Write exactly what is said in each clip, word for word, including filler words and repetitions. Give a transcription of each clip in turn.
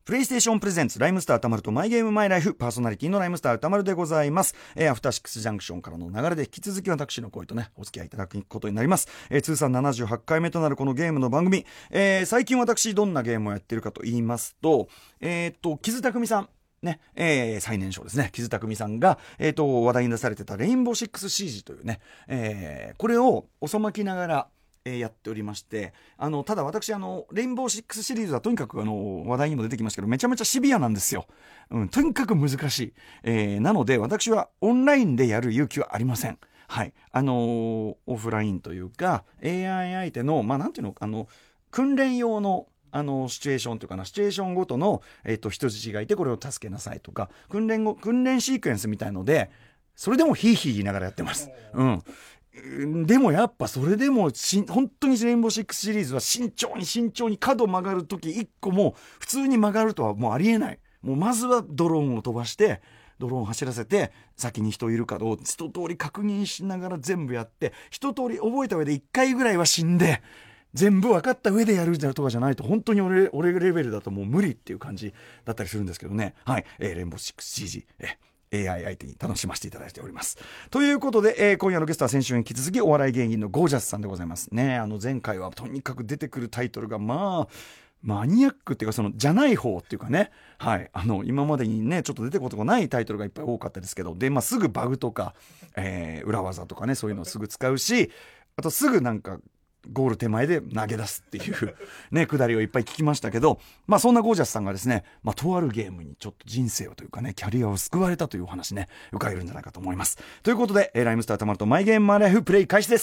プレイステーションプレゼンツライムスター歌丸とマイゲームマイライフ、パーソナリティのライムスター歌丸でございます。えー、アフターシックスジャンクションからの流れで引き続き私の声とねお付き合いいただくことになります。えー、通算ななじゅうはちかいめとなるこのゲームの番組、えー、最近私どんなゲームをやってるかと言いますと、えー、っと木津匠さんね、えー、最年少ですね、木津匠さんが、えー、と話題に出されてたレインボーシックスシージというね、えー、これを遅まきながらえー、やっておりまして、あのただ私あのレインボーシックスシリーズはとにかくあの話題にも出てきましたけどめちゃめちゃシビアなんですよ、うん、とにかく難しい、えー、なので私はオンラインでやる勇気はありません。はい、あのー、オフラインというか エーアイ 相手のまあなんていうのあの訓練用のあのシチュエーションというかなシチュエーションごとの、えー、と人質がいてこれを助けなさいとか訓練後訓練シークエンスみたいのでそれでもヒーヒー言いながらやってます。うんでもやっぱそれでもし本当にレインボーシックスシリーズは慎重に慎重に角曲がるときいっこも普通に曲がるとはもうありえない。もうまずはドローンを飛ばしてドローンを走らせて先に人いるかどう一通り確認しながら全部やって一通り覚えた上でいっかいぐらいは死んで全部分かった上でやるとかじゃないと本当に 俺, 俺レベルだともう無理っていう感じだったりするんですけどね。はい、えー、レインボーシックスシージえーエーアイ 相手に楽しませていただいております。ということで、えー、今夜のゲストは先週に引き続きお笑い芸人のゴージャスさんでございますね。あの前回はとにかく出てくるタイトルがまあマニアックっていうかそのじゃない方っていうかね、はい、あの今までにねちょっと出てことがないタイトルがいっぱい多かったですけどで、まあ、すぐバグとか、えー、裏技とかねそういうのをすぐ使うしあとすぐなんかゴール手前で投げ出すっていうねくだりをいっぱい聞きましたけど、まあそんなゴージャスさんがですね、まあとあるゲームにちょっと人生をというかねキャリアを救われたというお話ね伺えるんじゃないかと思います。ということで、えー、ライムスターたまるとマイゲームマイライフプレイ開始です。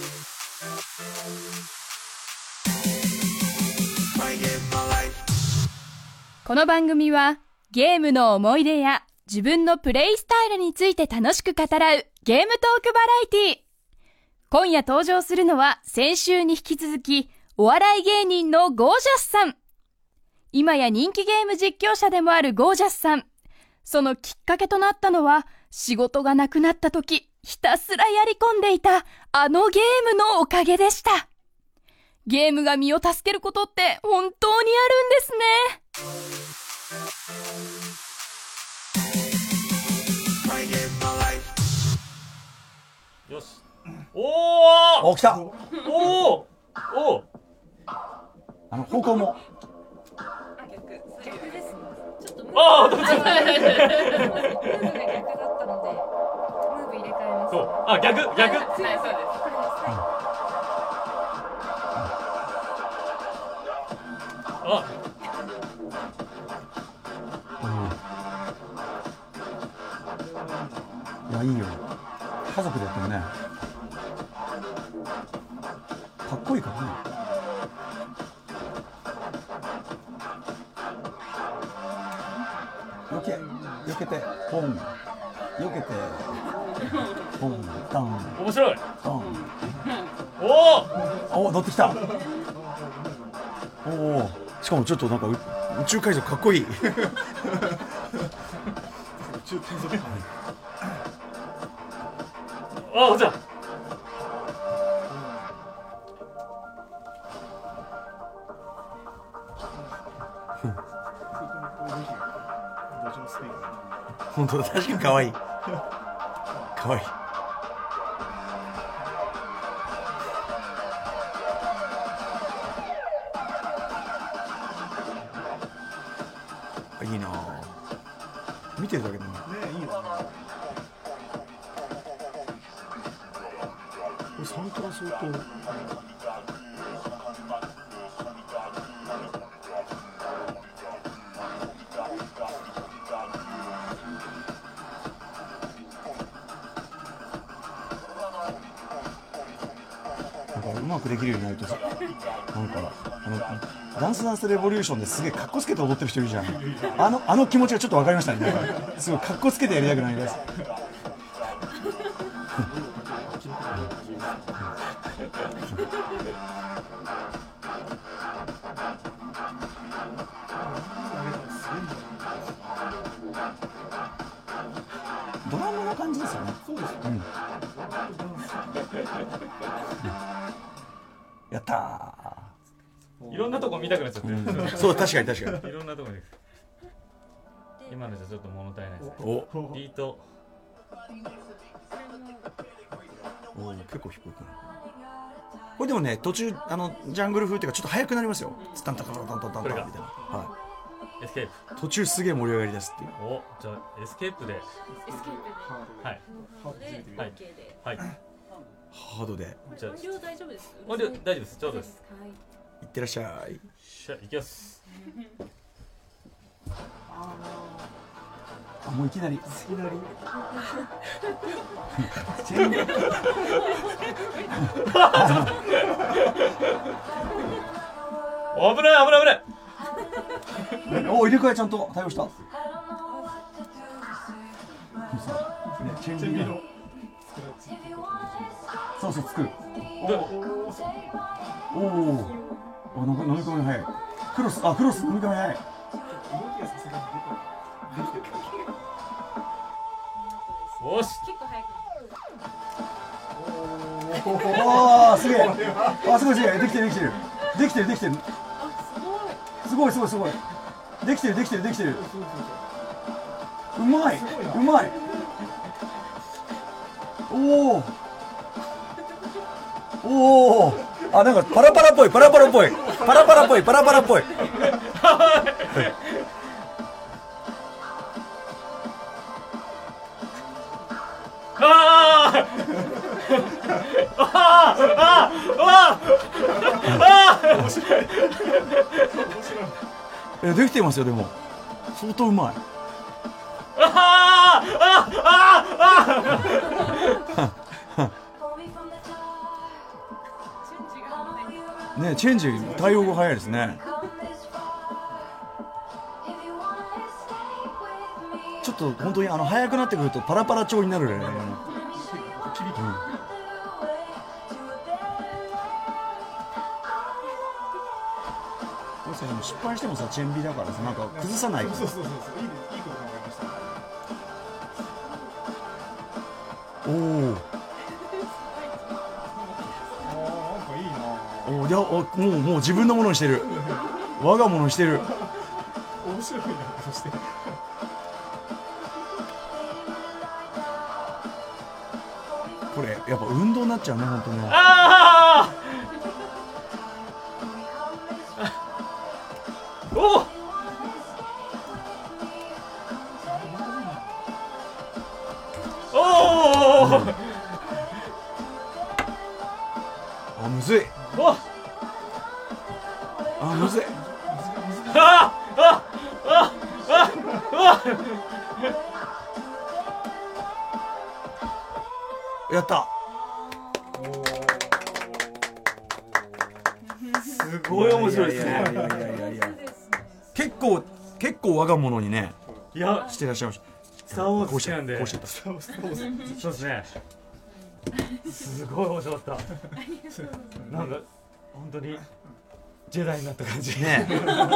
この番組はゲームの思い出や自分のプレイスタイルについて楽しく語らうゲームトークバラエティ。今夜登場するのは先週に引き続きお笑い芸人のゴージャスさん。今や人気ゲーム実況者でもあるゴージャスさん。そのきっかけとなったのは仕事がなくなった時ひたすらやり込んでいたあのゲームのおかげでした。ゲームが身を助けることって本当にあるんですね。よし。おおー来た。 おーおーあの方向もああどっちムーブが逆だったのでムーブ入れ替えます。 そうあ逆逆そうですそうです、あいやいいよ家族でやってるねかっこいいからね。よけ、よけて、ポン、よけて、ポン、タン、 面白いタン。 おお、お、乗ってきた。おお、しかもちょっとなんか宇宙海賊かっこいい。宇宙海賊。 ああじゃあ本当だ確かに可愛い可愛いいいな見てるだけでもねいいよねこれサントラ相当うまくできるようになるとさなんかあのダンスダンスレボリューションですげえカッコつけて踊ってる人いるじゃんあの、あの気持ちがちょっと分かりましたねすごいカッコつけてやりたくなりますドラムの感じですよね。そうです、うん、やったー。 いろろんなとこ見たくなっちゃってるそう確かに確かにいろんなとこ見たく今のじゃちょっと物足りないですねおビートお結構低いなこれでもね途中あのジャングル風っていうかちょっと速くなりますよツタンタタタタタタタンみたいな、はエスケーい、途中すげえ盛り上がりだすっていうプおじゃあエスケープでエスケープはいでではい OK ではいハードでじゃあ音量大丈夫ですか？ 音量大丈夫ですちょうどですはい。 いってらっしゃいしゃいきますあもういきなりいきなり危ない危ない危ないお入れ替えちゃんと対応したチェンジのそうそう作るおおおなんか飲み込み早いクロスあクロス飲み込み早いよし結構早く。 おおすげえあすごいすげえできてるできてるできてるできてるあ、 すごいすごいすごいできてるできてるできてるうまいうまいおおおおあなんかパラパラっぽいパラパラっぽいパラパラっぽいパラパラっぽいあーあーあーあー面白いえできてますよでも相当うまいあーあーあーあチェンジが早い。 ねチェンジ対応が早いですねちょっと本当にあの速くなってくるとパラパラ調になるね、うん、これさでも失敗してもさチェンビだからさなんか崩さないからそうそうそうそういいいいこと考えましたおおあーなんかいいなおいやおもうもう自分のものにしてる我がものにしてる面白いなそしてこれやっぱ運動になっちゃうね本当ねあーおおおおあむずいおあむずいあああああやったすごい面白いですいやいねやいやいやいや結構結構我が物にねいやしてらっしゃいましたスター・ウォーズ好きなんでこうしてたそうですねすごい面白かったなんか本当にジェダイになった感じね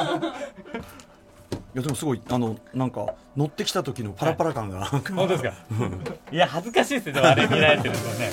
いやでもすごいあのなんか乗ってきた時のパラパラ感が、 本当ですかいや恥ずかしいですよでもあれ見られてるとね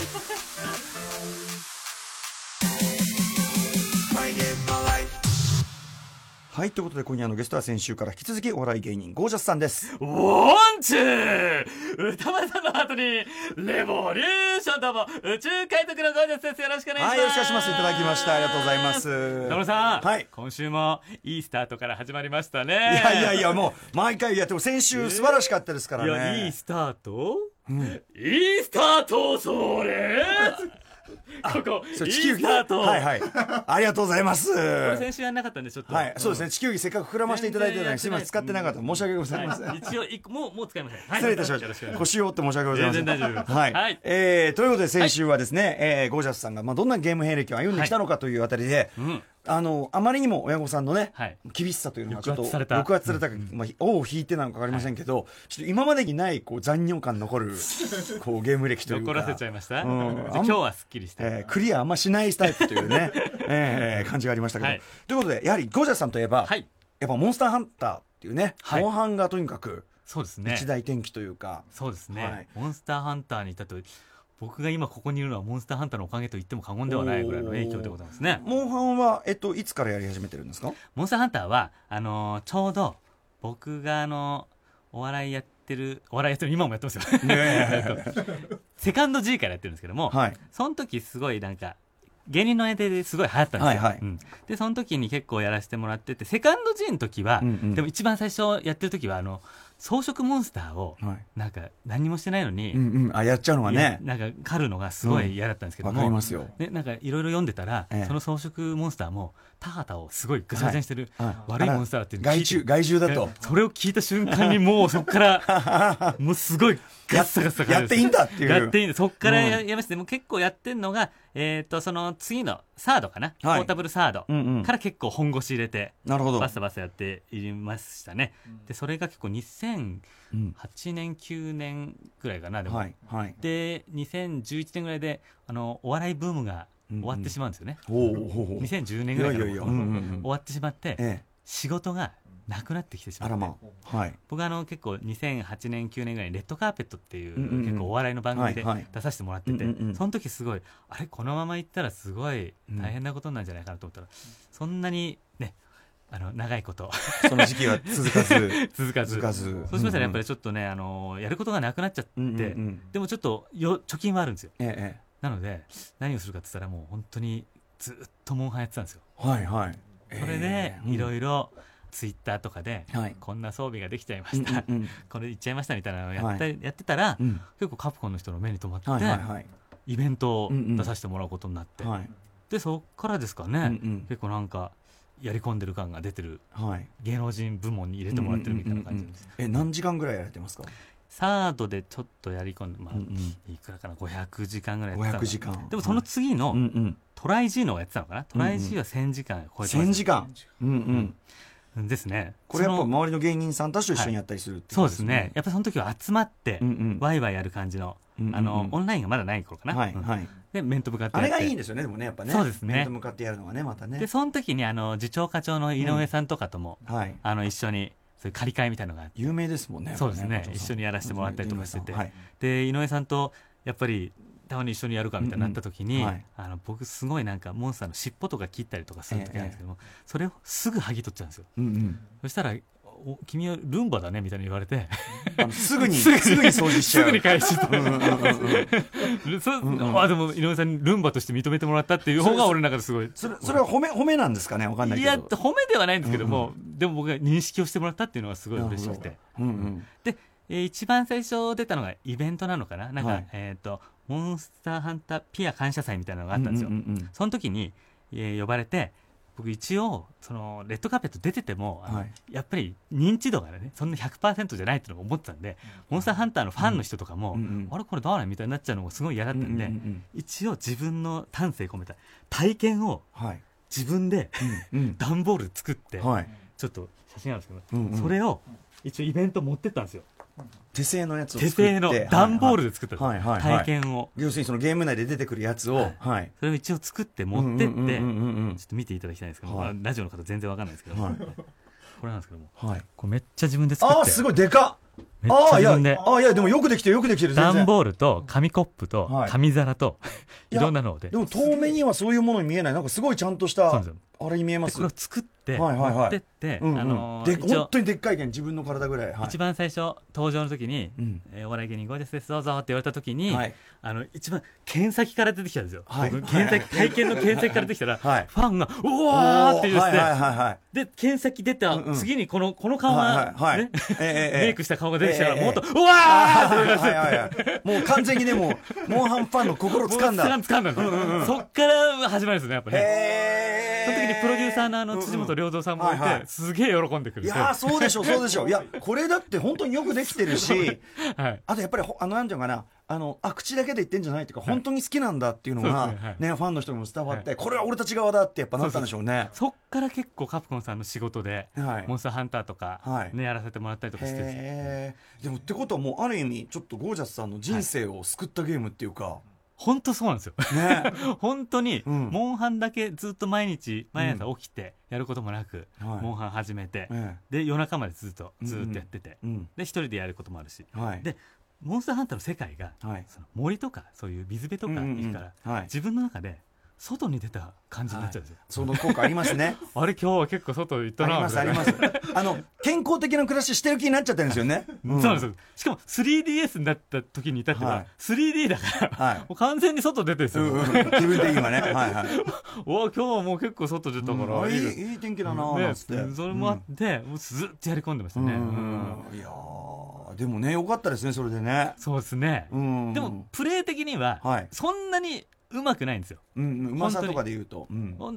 はいということで今夜のゲストは先週から引き続きお笑い芸人ゴージャスさんですウォンチュー歌丸さんの後にレボリューションどうも宇宙海賊のゴージャスですよろしくお願いしますはいよろしくお願いしますいただきましたありがとうございます歌丸さん、 はい今週もいいスタートから始まりましたねいやいやいやもう毎回やっても先週素晴らしかったですからね、 いやいいスタート、 うん、 いいスタートそれここいいそう地球儀スタートはいはいありがとうございますこれ先週やんなかったんでちょっとはい、そうですね地球儀せっかく膨らませていただいてたのにすみません使ってなかった申し訳ございません、 はい、一応一個もうもう使いません、はい、 失礼いたしました腰を折って申し訳ございません全然大丈夫ですはい、 はいえー、ということで先週はですね、えーゴージャスさんが、まあ、どんなゲーム兵歴を歩んできたのかというあたりで、 うんあのあまりにも親御さんのね、 はい厳しさというのはちょっと抑圧された抑圧されたか、まあ、尾を引いてなのか分かりませんけど、ちょっと今までにないこう残尿感残るこうゲーム歴というか残らせちゃいました、 うんじゃあ今日はすっきりして、 えークリアあんましないタイプというね、えー感じがありましたけど、 はいということでやはりゴージャスさんといえば、 はいやっぱモンスターハンターっていうね、 はいモンハンがとにかくそうですね一大転機というか、 そうですね、 はいモンスターハンターにいたと僕が今ここにいるのはモンスターハンターのおかげと言っても過言ではないぐらいの影響でございますね。 モンハンは、えっと、いつからやり始めてるんですか？ モンスターハンターはあのーちょうど僕があのお笑いやってるお笑いやってる今もやってますよねセカンド G からやってるんですけども、 はい。 その時すごいなんか芸人の間ですごい流行ったんですよ、 はいはいうん、でその時に結構やらせてもらってて、セカンド G の時は、 うんうん、 でも一番最初やってる時はあの草食モンスターをはい。 なんか何もしてないのに、 うんうん。あ、やっちゃうのがね。 いやなんか狩るのがすごい嫌だったんですけどわも、 かりますよ。 でなんかいろいろ読んでたら、 ええその草食モンスターも田畑をすごいぐちゃぐちゃにしてる、 はい悪いモンスターっていうのを聞いて害虫、害虫だと。 それを聞いた瞬間にもうそこからもうすごいガッサガサやっていいんだっていう。 やっていいんだ。そっからや,、 うんやめてもう結構やってんのが、えー、とその次のサードかな、 はいポータブルサードうんうん。 から結構本腰入れてなるほど。 バサバサやっていましたね。でそれが結構にせんうんはちねんきゅうねんぐらいかなでも、 はい。はい。 でにせんじゅういちねんぐらいであのお笑いブームが終わってしまうんですよね、 おうほうほう。 にせんじゅうねんいぐらいからやいやいや。うんうんうん終わってしまって、 ええ。 仕事がなくなってきてしまって、 あらまあ。はい。 僕はあの結構にせんはちねんきゅうねんぐらいにレッドカーペットっていう、 うんうんうん結構お笑いの番組ではいはい出させてもらってて、 うんうんうんその時すごいあれこのまま行ったらすごい大変なことなんじゃないかなと思ったら、そんなにねあの長いことその時期は続かず。 続かず続かず。 そうしましたらやっぱりちょっとね、あのやることがなくなっちゃって、 うんうんうん。 でもちょっとよ貯金はあるんですよ。 ええ。 なので何をするかって言ったらもう本当にずっとモンハンやってたんですよ。 はいはい。 それでいろいいろツイッターとかで、 ろ。はい。 こんな装備ができちゃいまうんした、 うんうんこれいっちゃいましたみたいなのをやった、 はやってたら、 うん。 結構カプコンの人の目に留まって、 はいはいはい。 イベントをうんうん出させてもらうことになって、 はい。 でそっからですかね、 うんうん結構なんかやり込んでる感が出てるはい。 芸能人部門に入れてもらってるみたいな感じです、 うんうんうんうんえ、何時間ぐらいやられてますか？ サードでちょっとやり込んで、まあうんうんいくらかなごひゃくじかんぐらいやってたのごひゃくじかん。 でもその次の、 うんうん。 トライ G のをやってたのかな、トライ G はせんじかん超えてましたせんじかん。うんうん。 うんですね。 これやっぱその周りの芸人さんたちと一緒にやったりするっていそうですね。やっぱりその時は集まって、 うんうん。 ワイワイやる感じの、 うんうんうんあのオンラインがまだない頃かな、うんはいはい。 で面と向かってあやってれがいいんですよね、でもね、やっぱね。 そうですね面と向かってやるのがね、またね。 でその時にあの次長課長の井上さんとかとも、 はい。 あの一緒にそういう借り換えみたいなのがあって、 有名ですもんね。 そうですねやっぱ一緒にやらせてもらったりとかしてて、 はい。 で井上さんとやっぱりたまに一緒にやるかみたいになった時に、 うんうんはいあの僕すごいなんかモンスターの尻尾とか切ったりとかする時なんですけども、それをすぐ剥ぎ取っちゃうんですよ。 うんうん。 そしたらお君はルンバだねみたいに言われてあのすぐに、 すぐにすぐに掃除しちゃう。 すぐに返しとうんうんうんうんそんうんまあでも井上さんにルンバとして認めてもらったっていう方が俺の中ですごいそれ、それは褒め、褒めなんですかね、わかんないいけど。 や褒めではないんですけども、でも僕が認識をしてもらったっていうのがすごい嬉しくて、 うんうん。 で、えー一番最初出たのがイベントなのかななんか、 はいえっ、とモンスターハンターピア感謝祭みたいなのがあったんですよ、 うんうんうんその時に、えー呼ばれて僕一応そのレッドカーペット出てても、あのはいやっぱり認知度がねそんな ひゃくパーセント じゃないっていうのを思ってたんで、モンスターハンターのファンの人とかも、 うんうんあれこれ誰みたいになっちゃうのがすごい嫌だったんで、 うんうんうん一応自分の丹精込めた体験をはい。 自分でうん。 段ボール作って、 はい。 ちょっと写真あるんですけど、 うんうんそれを一応イベント持ってったんですよ。 手製のやつを手作って。 製の段ボールで作ったんですよ、 はいはいはい体験を要するにそのゲーム内で出てくるやつを、はい。 それを一応作って持ってって、 うんうんうんうんうんちょっと見ていただきたいんですけど、 はいまあラジオの方全然わかんないですけど、 はいこれなんですけどもはい。 これめっちゃ自分で作ってああ、すごい、でかっめっちああ、いや、 ゃ自分でああ、いや、でもよくできてる、よくできてる、全然。 段ボールと紙コップとはい紙皿といやいろんなのででも遠目にはそういうものに見えない。なんかすごいちゃんとしたそうなんですよ、 あれに見えま。 ですこれを作ってはいはいはい持ってって、 うんうんあのーで、 一応本当にでっかいけん、自分の体ぐらい。はい。 一番最初登場の時に、 うんえーお笑い芸人ゴージャスですどうぞって言われた時に、 はいあの一番剣先から出てきたんですよ、 はい僕剣先体験の剣先から出てきたら、 はいファンがうわーって言って、 はいはいはいはい。 で剣先出た、 うんうん次にこのこの顔が、 はいはいはいねええええメイクした顔が出てきたら、 ええもっと、 えうわーって言い出してはいはいはい。もう完全にね、もう、モンハンファンの心を掴んだ。 もう掴んだんですよそっから始まるんですねやっぱね。 へその時にプロデューサーのあのうんうん辻本良三さんもいて、 はいはいすげえ喜んでくれて、 いやー、そうでしょう、そうでしょう。いや、これだって本当によくできてるし、 はい、 あとやっぱりほ、あの、なんていうのかな、あの、あ、口だけで言ってんじゃないっていうか、本当に好きなんだっていうのが、 そうですねはいね、ファンの人にも伝わって、これは俺たち側だってやっぱなったんでしょうね。 そっから結構カプコンさんの仕事で、 はいモンスターハンターとか、 はいね、やらせてもらったりとかしてるんですよへーでもってことはもうある意味ちょっとゴージャスさんの人生を救ったゲームっていうか、 本当そうなんですよね本当に、 うんモンハンだけずっと毎日毎朝起きてやることもなく、 はいモンハン始めて、 えで夜中までずっとずっとやってて、 うんで一人でやることもあるし、 はいでモンスターハンターの世界が、 はいその森とかそういう水辺とか行くから、 うんうんはい、 自分の中で外に出た感じになっちゃうんですよ、 はい、その効果ありますねあれ今日は結構外行ったなありますありますあの健康的な暮らししてる気になっちゃってるんですよね、 うん、そうなんですよ。しかも スリーディーエス になった時に至っては、はい、スリーディー だから、はい、もう完全に外出てるんですよ、うんうん、 気分的にはねはい、はい、 お今日はもう結構外出たから、 うん、いい、いい天気だなーって、 ね、それもあって、うん、もうずっとやり込んでましたね、 うんうん、いやでもねよかったですねそれでね。 そうですね、うん、でもプレイ的には、はい、そんなにうまくないんですよ、 うん、うまさとかで言うと、うん、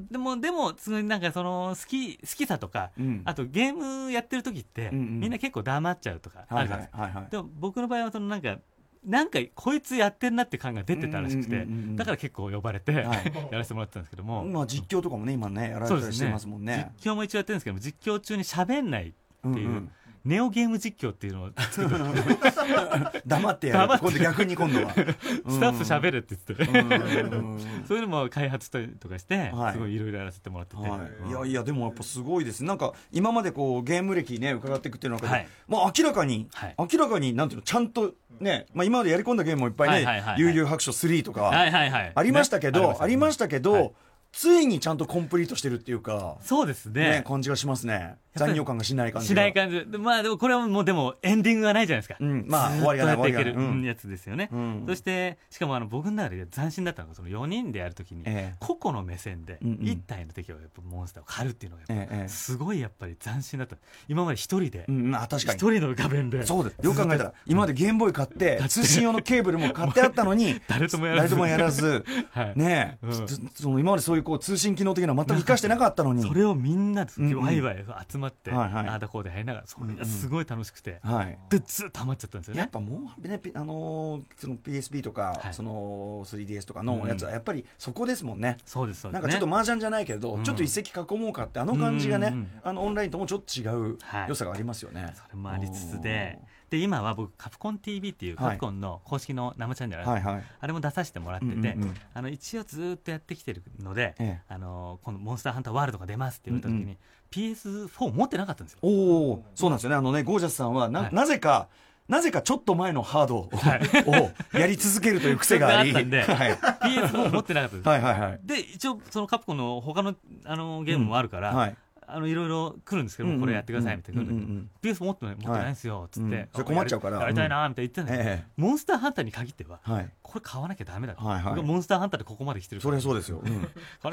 でもでもすごいなんかその好き好きさとか、うん、あとゲームやってる時って、うんうん、みんな結構黙っちゃうとかあるじゃないですか、はいはいはいはい、でも僕の場合はそのなんかなんかこいつやってんなって感が出てたらしくて、うんうんうんうん、だから結構呼ばれて、はい、やらせてもらってたんですけども、 まあ、実況とかもね今ねやられたりしてますもんね。 ね実況も一応やってるんですけども、実況中に喋んないっていう、うんうんネオゲーム実況っていうのを作って黙ってやる今度逆に今度はスタッフ喋るって言ってそういうのも開発したりとかして、はい、すごいいろいろやらせてもらってて、はいうん、 いやいやでもやっぱすごいですなんか今までこうゲーム歴ね伺っていくっていうのは、はい、まあ、明らかに、はい、明らかになんていうのちゃんとね、まあ、今までやり込んだゲームもいっぱいね、はいはいはいはい、悠々白書スリーとか、はいはいはい、ありましたけど、ね、ありましたけど、はいついにちゃんとコンプリートしてるっていうかそうです ね, ね感じがしますね。残業感がしない感じがしない感じで、まあでもこれはもうでもエンディングがないじゃないですか、 うん、まあ終わりがない終わりがない、 うん、やつですよね、うん、そしてしかもあの僕の中で斬新だったのがそのよにんでやるときに、ええ、個々の目線でいち体の敵をやっぱモンスターを狩るっていうのがやっぱ、ええ、すごいやっぱり斬新だった今まで一人で、 うん、あ確かに一人の画面でそうですよく考えたら今までゲームボーイ買って通信用のケーブルも買ってあったのに誰ともやらず、 誰ともやらずはい、ねえ、うん、その今までそういうこう通信機能的な全く活かしてなかったのにそれをみんなでワイワイ集まって、うんうん、ああだこうでやりながらそれがすごい楽しくて、うんうん、でずっとハマっちゃったんですよね。 やっぱもうね、あのー、その ピーエスピー とか、はい、その スリーディーエス とかのやつはやっぱりそこですもんね、うん、 そうですそうですね。 なんかちょっと麻雀じゃないけど、うん、ちょっと一石囲もうかってあの感じがね、うんうん、あのオンラインともちょっと違う良さがありますよね、はい、 それもありつつでで今は僕カプコン ティーブイ っていうカプコンの公式の生チャンネルあるんです、はいはいはい、あれも出させてもらってて、うんうんうん、あの一応ずっとやってきてるので、ええ、あのこのモンスターハンターワールドが出ますって言われた時に、うんうん、ピーエスフォー 持ってなかったんですよ。 おお、そうなんですよね。あのねゴージャスさんは な,、はい、なぜかなぜかちょっと前のハードを、はい、をやり続けるという癖がありあったんで、はい、ピーエスフォー 持ってなかったですはいはい、はい、 で一応そのカプコンの他のあのゲームもあるから、うんはい、あのいろいろ来るんですけど、うんうん、これやってくださいみたいな、うんうんうん、ピーエスフォー 持ってない持ってないんですよっつって、はい、 それ困っちゃうからやりたいなみたいな言ってたんですけど、うんええ、モンスターハンターに限っては、はい、これ買わなきゃダメだと、はいはい、僕モンスターハンターでここまで来てるからそれそうですよ、うん、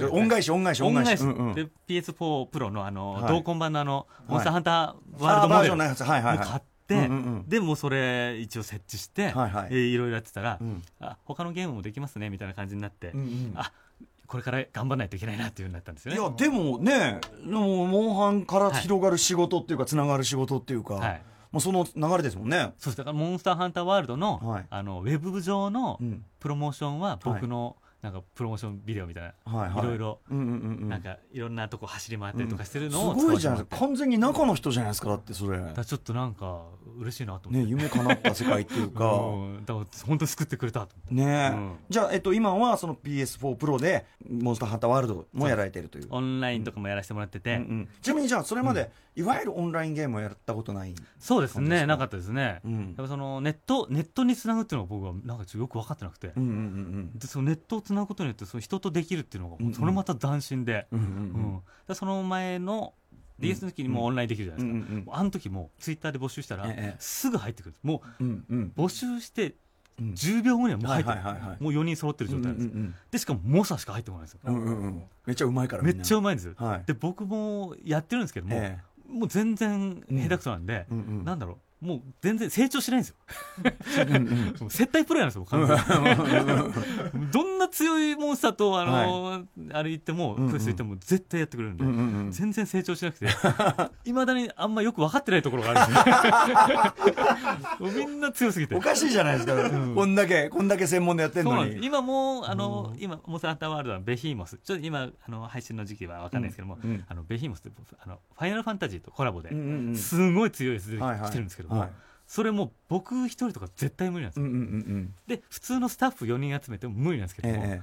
恩返し恩返し恩返し、うんうん、 で ピーエスフォー プロのあの、はい、同梱版のあのモンスターハンターワールドモデルも買ってで、うんうんうん、でもそれ一応設置して、はいはいえー、いろいろやってたら、うん、あ他のゲームもできますねみたいな感じになって、うんうん、あこれから頑張らないといけないなっていう風になったんですよね。 いやでもねもうモンハンから広がる仕事っていうか、はい、つながる仕事っていうか、はい、もうその流れですもんね。 そうです。だからモンスターハンターワールドの、はい、あのウェブ上のプロモーションは僕の、はいなんかプロモーションビデオみたいな、はいはい、いろいろ、うんうんうん、なんかいろんなとこ走り回ったりとかしてるのを、 うん、すごいじゃないですか。完全に中の人じゃないですか。だってそれだちょっとなんか嬉しいなと思って、 ね、夢叶った世界っていうか、 うん、だから本当に救ってくれたと思ってね、うん、じゃあ、えっと、今はその ピーエスフォー プロでモンスターハンターワールドもやられてるというオンラインとかもやらせてもらってて、うんうん、 ちなみにじゃあそれまで、うん、いわゆるオンラインゲームをやったことない？ そうですねなかったですね、うん、やっぱそのネットネットにつなぐっていうのが僕はなんかちょっとよく分かってなくて、うんうんうん、でそのネットをつなぐことによってその人とできるっていうのが、うんうん、それまた斬新で、うんうんうんうん、その前の ディーエス の時にもオンラインできるじゃないですか、うんうんうん、あの時もツイッターで募集したら、ええ、すぐ入ってくるもう、うんうん、募集してじゅうびょうごにはもう入ってる、はいはいはいはい、もうよにん揃ってる状態なんです、うんうんうん、でしかも猛者しか入ってこないんですよ、 うんうんうん、めっちゃうまいからめっちゃうまいんですよ、はい、で僕もやってるんですけども、ええ、もう全然下手くそなんで、うんうんうん、なんだろうもう全然成長しないんですよもう接待プレイなんですよ完全にどんな強いモンスターとあの、はい、あれ言っても、うんうん、クエスト言っても絶対やってくれるんで、うんうんうん、全然成長しなくていまだにあんまよく分かってないところがあるんですねみんな強すぎておかしいじゃないですか、うん、こんだけこんだけ専門でやってるのに今もうあの、うん、今モンスターハンターワールドはベヒーモスちょっと今あの配信の時期は分かんないですけども、うんうん、あのベヒーモスってあのファイナルファンタジーとコラボで、うんうんうん、すごい強いやつで来てるんですけども、はいはいはいそれも僕一人とか絶対無理なんですよ、うんうんうん、で普通のスタッフよにん集めても無理なんですけども、ええ、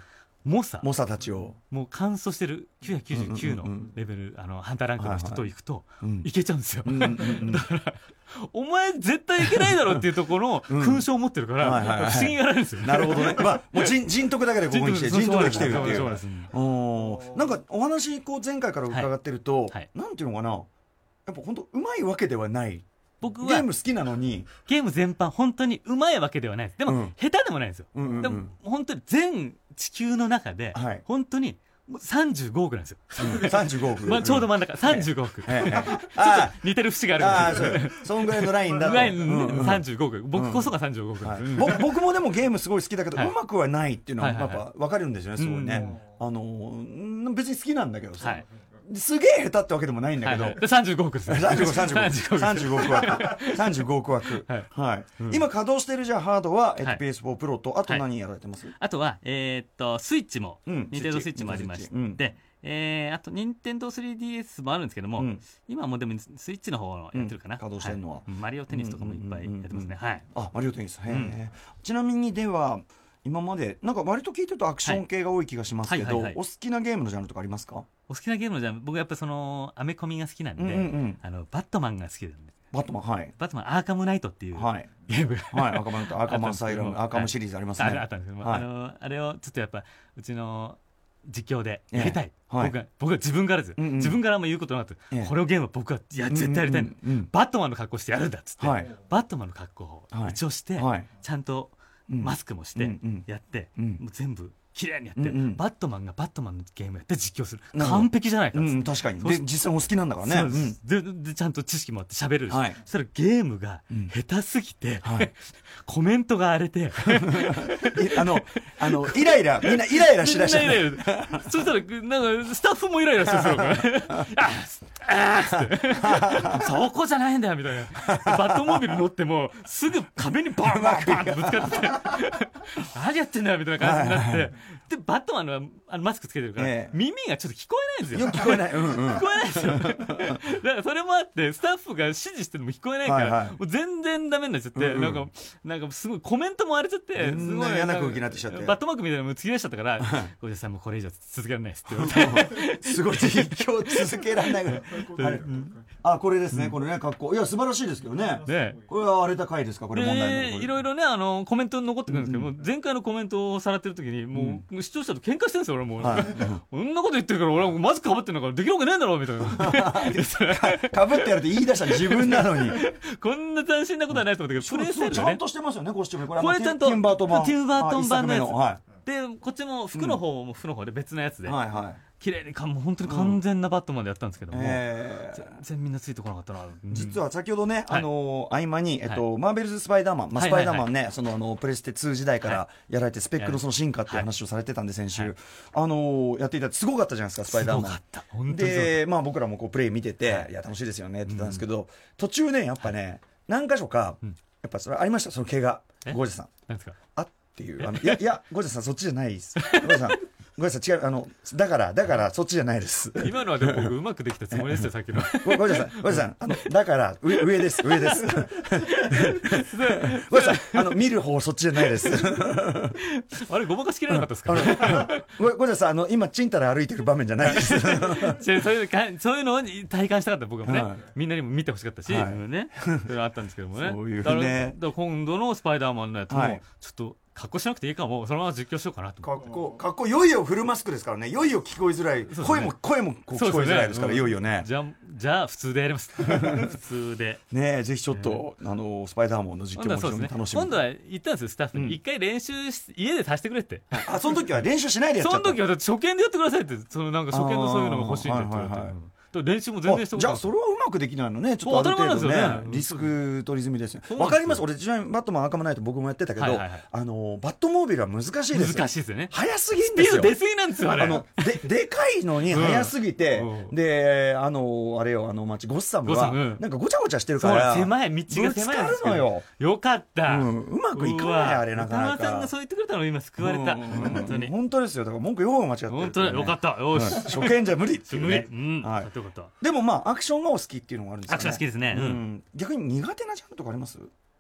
猛者猛者たちをもう完走してるきゅうひゃくきゅうじゅうきゅうのレベル、あのハンターランクの人と行くといけちゃうんですよ、だからお前絶対いけないだろっていうところの勲章を持ってるから不思議があるんですよ。 なるほどね。まあもう人人徳だけでここに来て人徳で来てるっていう。 そうです。 なんかお話こう前回から伺ってると、なんていうのかな、やっぱ本当うまいわけではない。 僕はゲーム好きなのにゲーム全般本当にうまいわけではないです。でも、うん、下手でもないんですよ、うんうんうん、でも本当に全地球の中で、はい、本当にさんじゅうごおくなんですよ、 うん、さんじゅうごおく、 まあ、ちょうど真ん中さんじゅうごおく、 ええええ、ちょっと似てる節があるんですよ。 そんぐらいのラインだとライン、うんうん、さんじゅうごおく、僕こそがさんじゅうごおく、はい、 僕もでもゲームすごい好きだけど、はい、うまくはないっていうのはやっぱ分かるんですよね、すごいね、うん、あの別に好きなんだけどさ、はい、すげえ下手ってわけでもないんだけど、はいはい、 さんじゅうごおくですね。 さんじゅうご、さんじゅうご、さんじゅうごおく枠さんじゅうごおく枠、はいはいうん、今稼働してるじゃあハードは、えっと、ピーエスフォー プロとあと何やられてます？ はい、あとは、えー、っとスイッチも、うん、ニンテンドースイッチもありまして、うん、えー、あと任天堂 スリーディーエス もあるんですけども、うん、今もでもスイッチの方をやってるかな、 うん、稼働してるのは、 はい、マリオテニスとかもいっぱいやってますね。はい。 あ、マリオテニス、へー、うん、ちなみにでは今までなんか割と聞いてるとアクション系が多い気がしますけど、お好きなゲームのジャンルとかありますか？ お好きなゲームのジャンル、僕はやっぱりそのアメコミが好きなんで、うんうんうん、あのバットマンが好きなんで。 バットマン、はい。 バットマンアーカムナイトっていう、はい、ゲームが、 はい、アーカムナイト、アーカムアサイラム、アーカムシリーズありますね。 あったんですけど、はい、あのあれをちょっとやっぱうちの実況でやりたい、えーはい、僕は僕は自分からですよ、うんうん、自分からも言うことなく、えー、これをゲームは僕はや絶対やりたい、うんうんうん、バットマンの格好してやるんだっつって、はい、バットマンの格好を一応して、はい、ちゃんとマスクもしてやって、うんうん、もう全部綺麗にやって、うんうん、バットマンがバットマンのゲームやって実況する、完璧じゃないかっつって、うん、 確かにで実際お好きなんだからね、 うん、で, でちゃんと知識もあって喋れるし、はい、そしたらゲームが下手すぎて、うんはい、コメントが荒れてあのあのイライラみんなイライラしだした、 ね、そしたらなんかスタッフもイライラしてるんですよああーってそこじゃないんだよみたいな、バットモービル乗ってもすぐ壁にバンバンバンってぶつかって何やってんだよみたいな感じになって、はいはいはい、でバットマンのあのマスクつけてるから、ええ、耳がちょっと聞こえないんですよ。 よく聞こえない、うんうん、 聞こえないですよだからそれもあってスタッフが指示してるのも聞こえないから、はいはい、もう全然ダメになっちゃって、うんうん、なんかなんかすごいコメントも荒れちゃってすごい嫌な空気になってきちゃって、 バットマークみたいなのも突き出しちゃったからごじさんもうこれ以上続けられないですって言われてすごい実況続けられないぐらいあ、これですね、うん、これね、格好いや素晴らしいですけどね、ね、これは荒れた回ですか、これ問題のいろいろね、あのコメント残ってくるんですけど、うん、前回のコメントをさらってる時にもう、うん、視聴者と喧嘩してるんですよ俺もう、はい、こんなこと言ってるから俺はマスクかぶってるんだからできるわけないんだろうみたいなかぶってやるって言い出した自分なのにこんな斬新なことはないと思ったけど、プレイスタイルがねちゃんとしてますよね、コスチュームこれこれちゃんとティンバートン版ティンバートン版のやつ、 はい、 でこっちも服の方も服の方で別のやつで、 はいはい、 綺麗にかもう本当に完全なバットマンでやったんですけども、うんえー、 全然みんなついてこなかったな、うん、 実は先ほどね、あのー、合間に、えっとはい、マーベルズ・スパイダーマン、まあ、スパイダーマンね、はいはいはい、そのあのプレステツー時代からやられてスペックのその進化っていう話をされてたんで先週、はい、あのー、やっていたすごかったじゃないですかスパイダーマン。 すごかった本当に。 で、まあ、僕らもこうプレイ見てて、はい、いや楽しいですよねって言ったんですけど、うん、途中ねやっぱね、はい、何箇所か、うん、やっぱそれありました、その怪我。ゴージャさん何ですかあっていうあのいやいやゴージャさんそっちじゃないですゴージャさんごめんなさい違うあのだからだからそっちじゃないです今のはでも僕うまくできたつもりですよさっきのごめんなさいごめんなさいあのだから上上です上ですごめんなさいあの見る方そっちじゃないですあれごまかしきれなかったですか、ね、 ごめんなさいあの今ちんたら歩いてる場面じゃないですそういうかそういうのを体感したかった僕もね、はい、みんなにも見てほしかったし、はい、ね、それあったんですけどもねそういうねだから今度のスパイダーマンのやつも、はい、ちょっと格好しなくていいかもそのまま実況しようかなと格好格好いよいよフルマスクですからねいよいよ聞こえづらい、ね、声も声もこう聞こえづらいですから、ね、いよいよねじゃあじゃあ普通でやります普通でねえぜひちょっと、えー、あのスパイダーマンの実況も非常に楽しみ、 今度は言ったんですよスタッフに一、うん、回練習し家でさせてくれってあその時は練習しないでやっちゃったその時はだって初見でやってくださいってそのなんか初見のそういうのが欲しいんだって言われて、はいはいはい練習も全然してじゃあそれはうまくできないのねちょっとある程度ねリスク取り済みですねわかります俺ちなみにバットマンアーカムナイト僕もやってたけど、はいはいはい、あのバットモービルは難しいです難しいですよね早すぎんですよスピード出すぎなんですよあれあのででかいのに早すぎて、うん、であのあれよあの街ゴッサムは、うん、なんかごちゃごちゃしてるから狭い道が狭いんですよよよかった、 うん、うまくいかないあれなかなか歌間さんがそう言ってくれたの今救われた本当に本当ですよだから文句よう間違ってる、ね、 本当によかったよし、 うん、初見じゃ無理っていうね、 うんはい、よかったでもまあアクションがお好きっていうのがあるんですよね。 アクション好きですね、うんうん、逆に苦手なジャンルとかあります？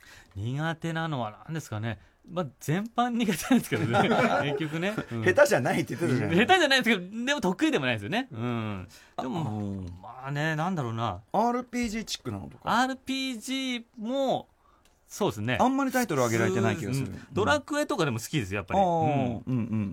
苦手なのは何ですかね、まあ、全般苦手なんですけどね結局ね、うん、 下手じゃないって言ってたじゃない。 下手じゃないですけど、でも得意でもないですよね、うん、でもまあね、なんだろうな、 アールピージー チックなのとかアールピージー もそうですね、 あんまりタイトル上げられてない気がする、うん、 ドラクエとかでも好きですよやっぱり、うんうんうん、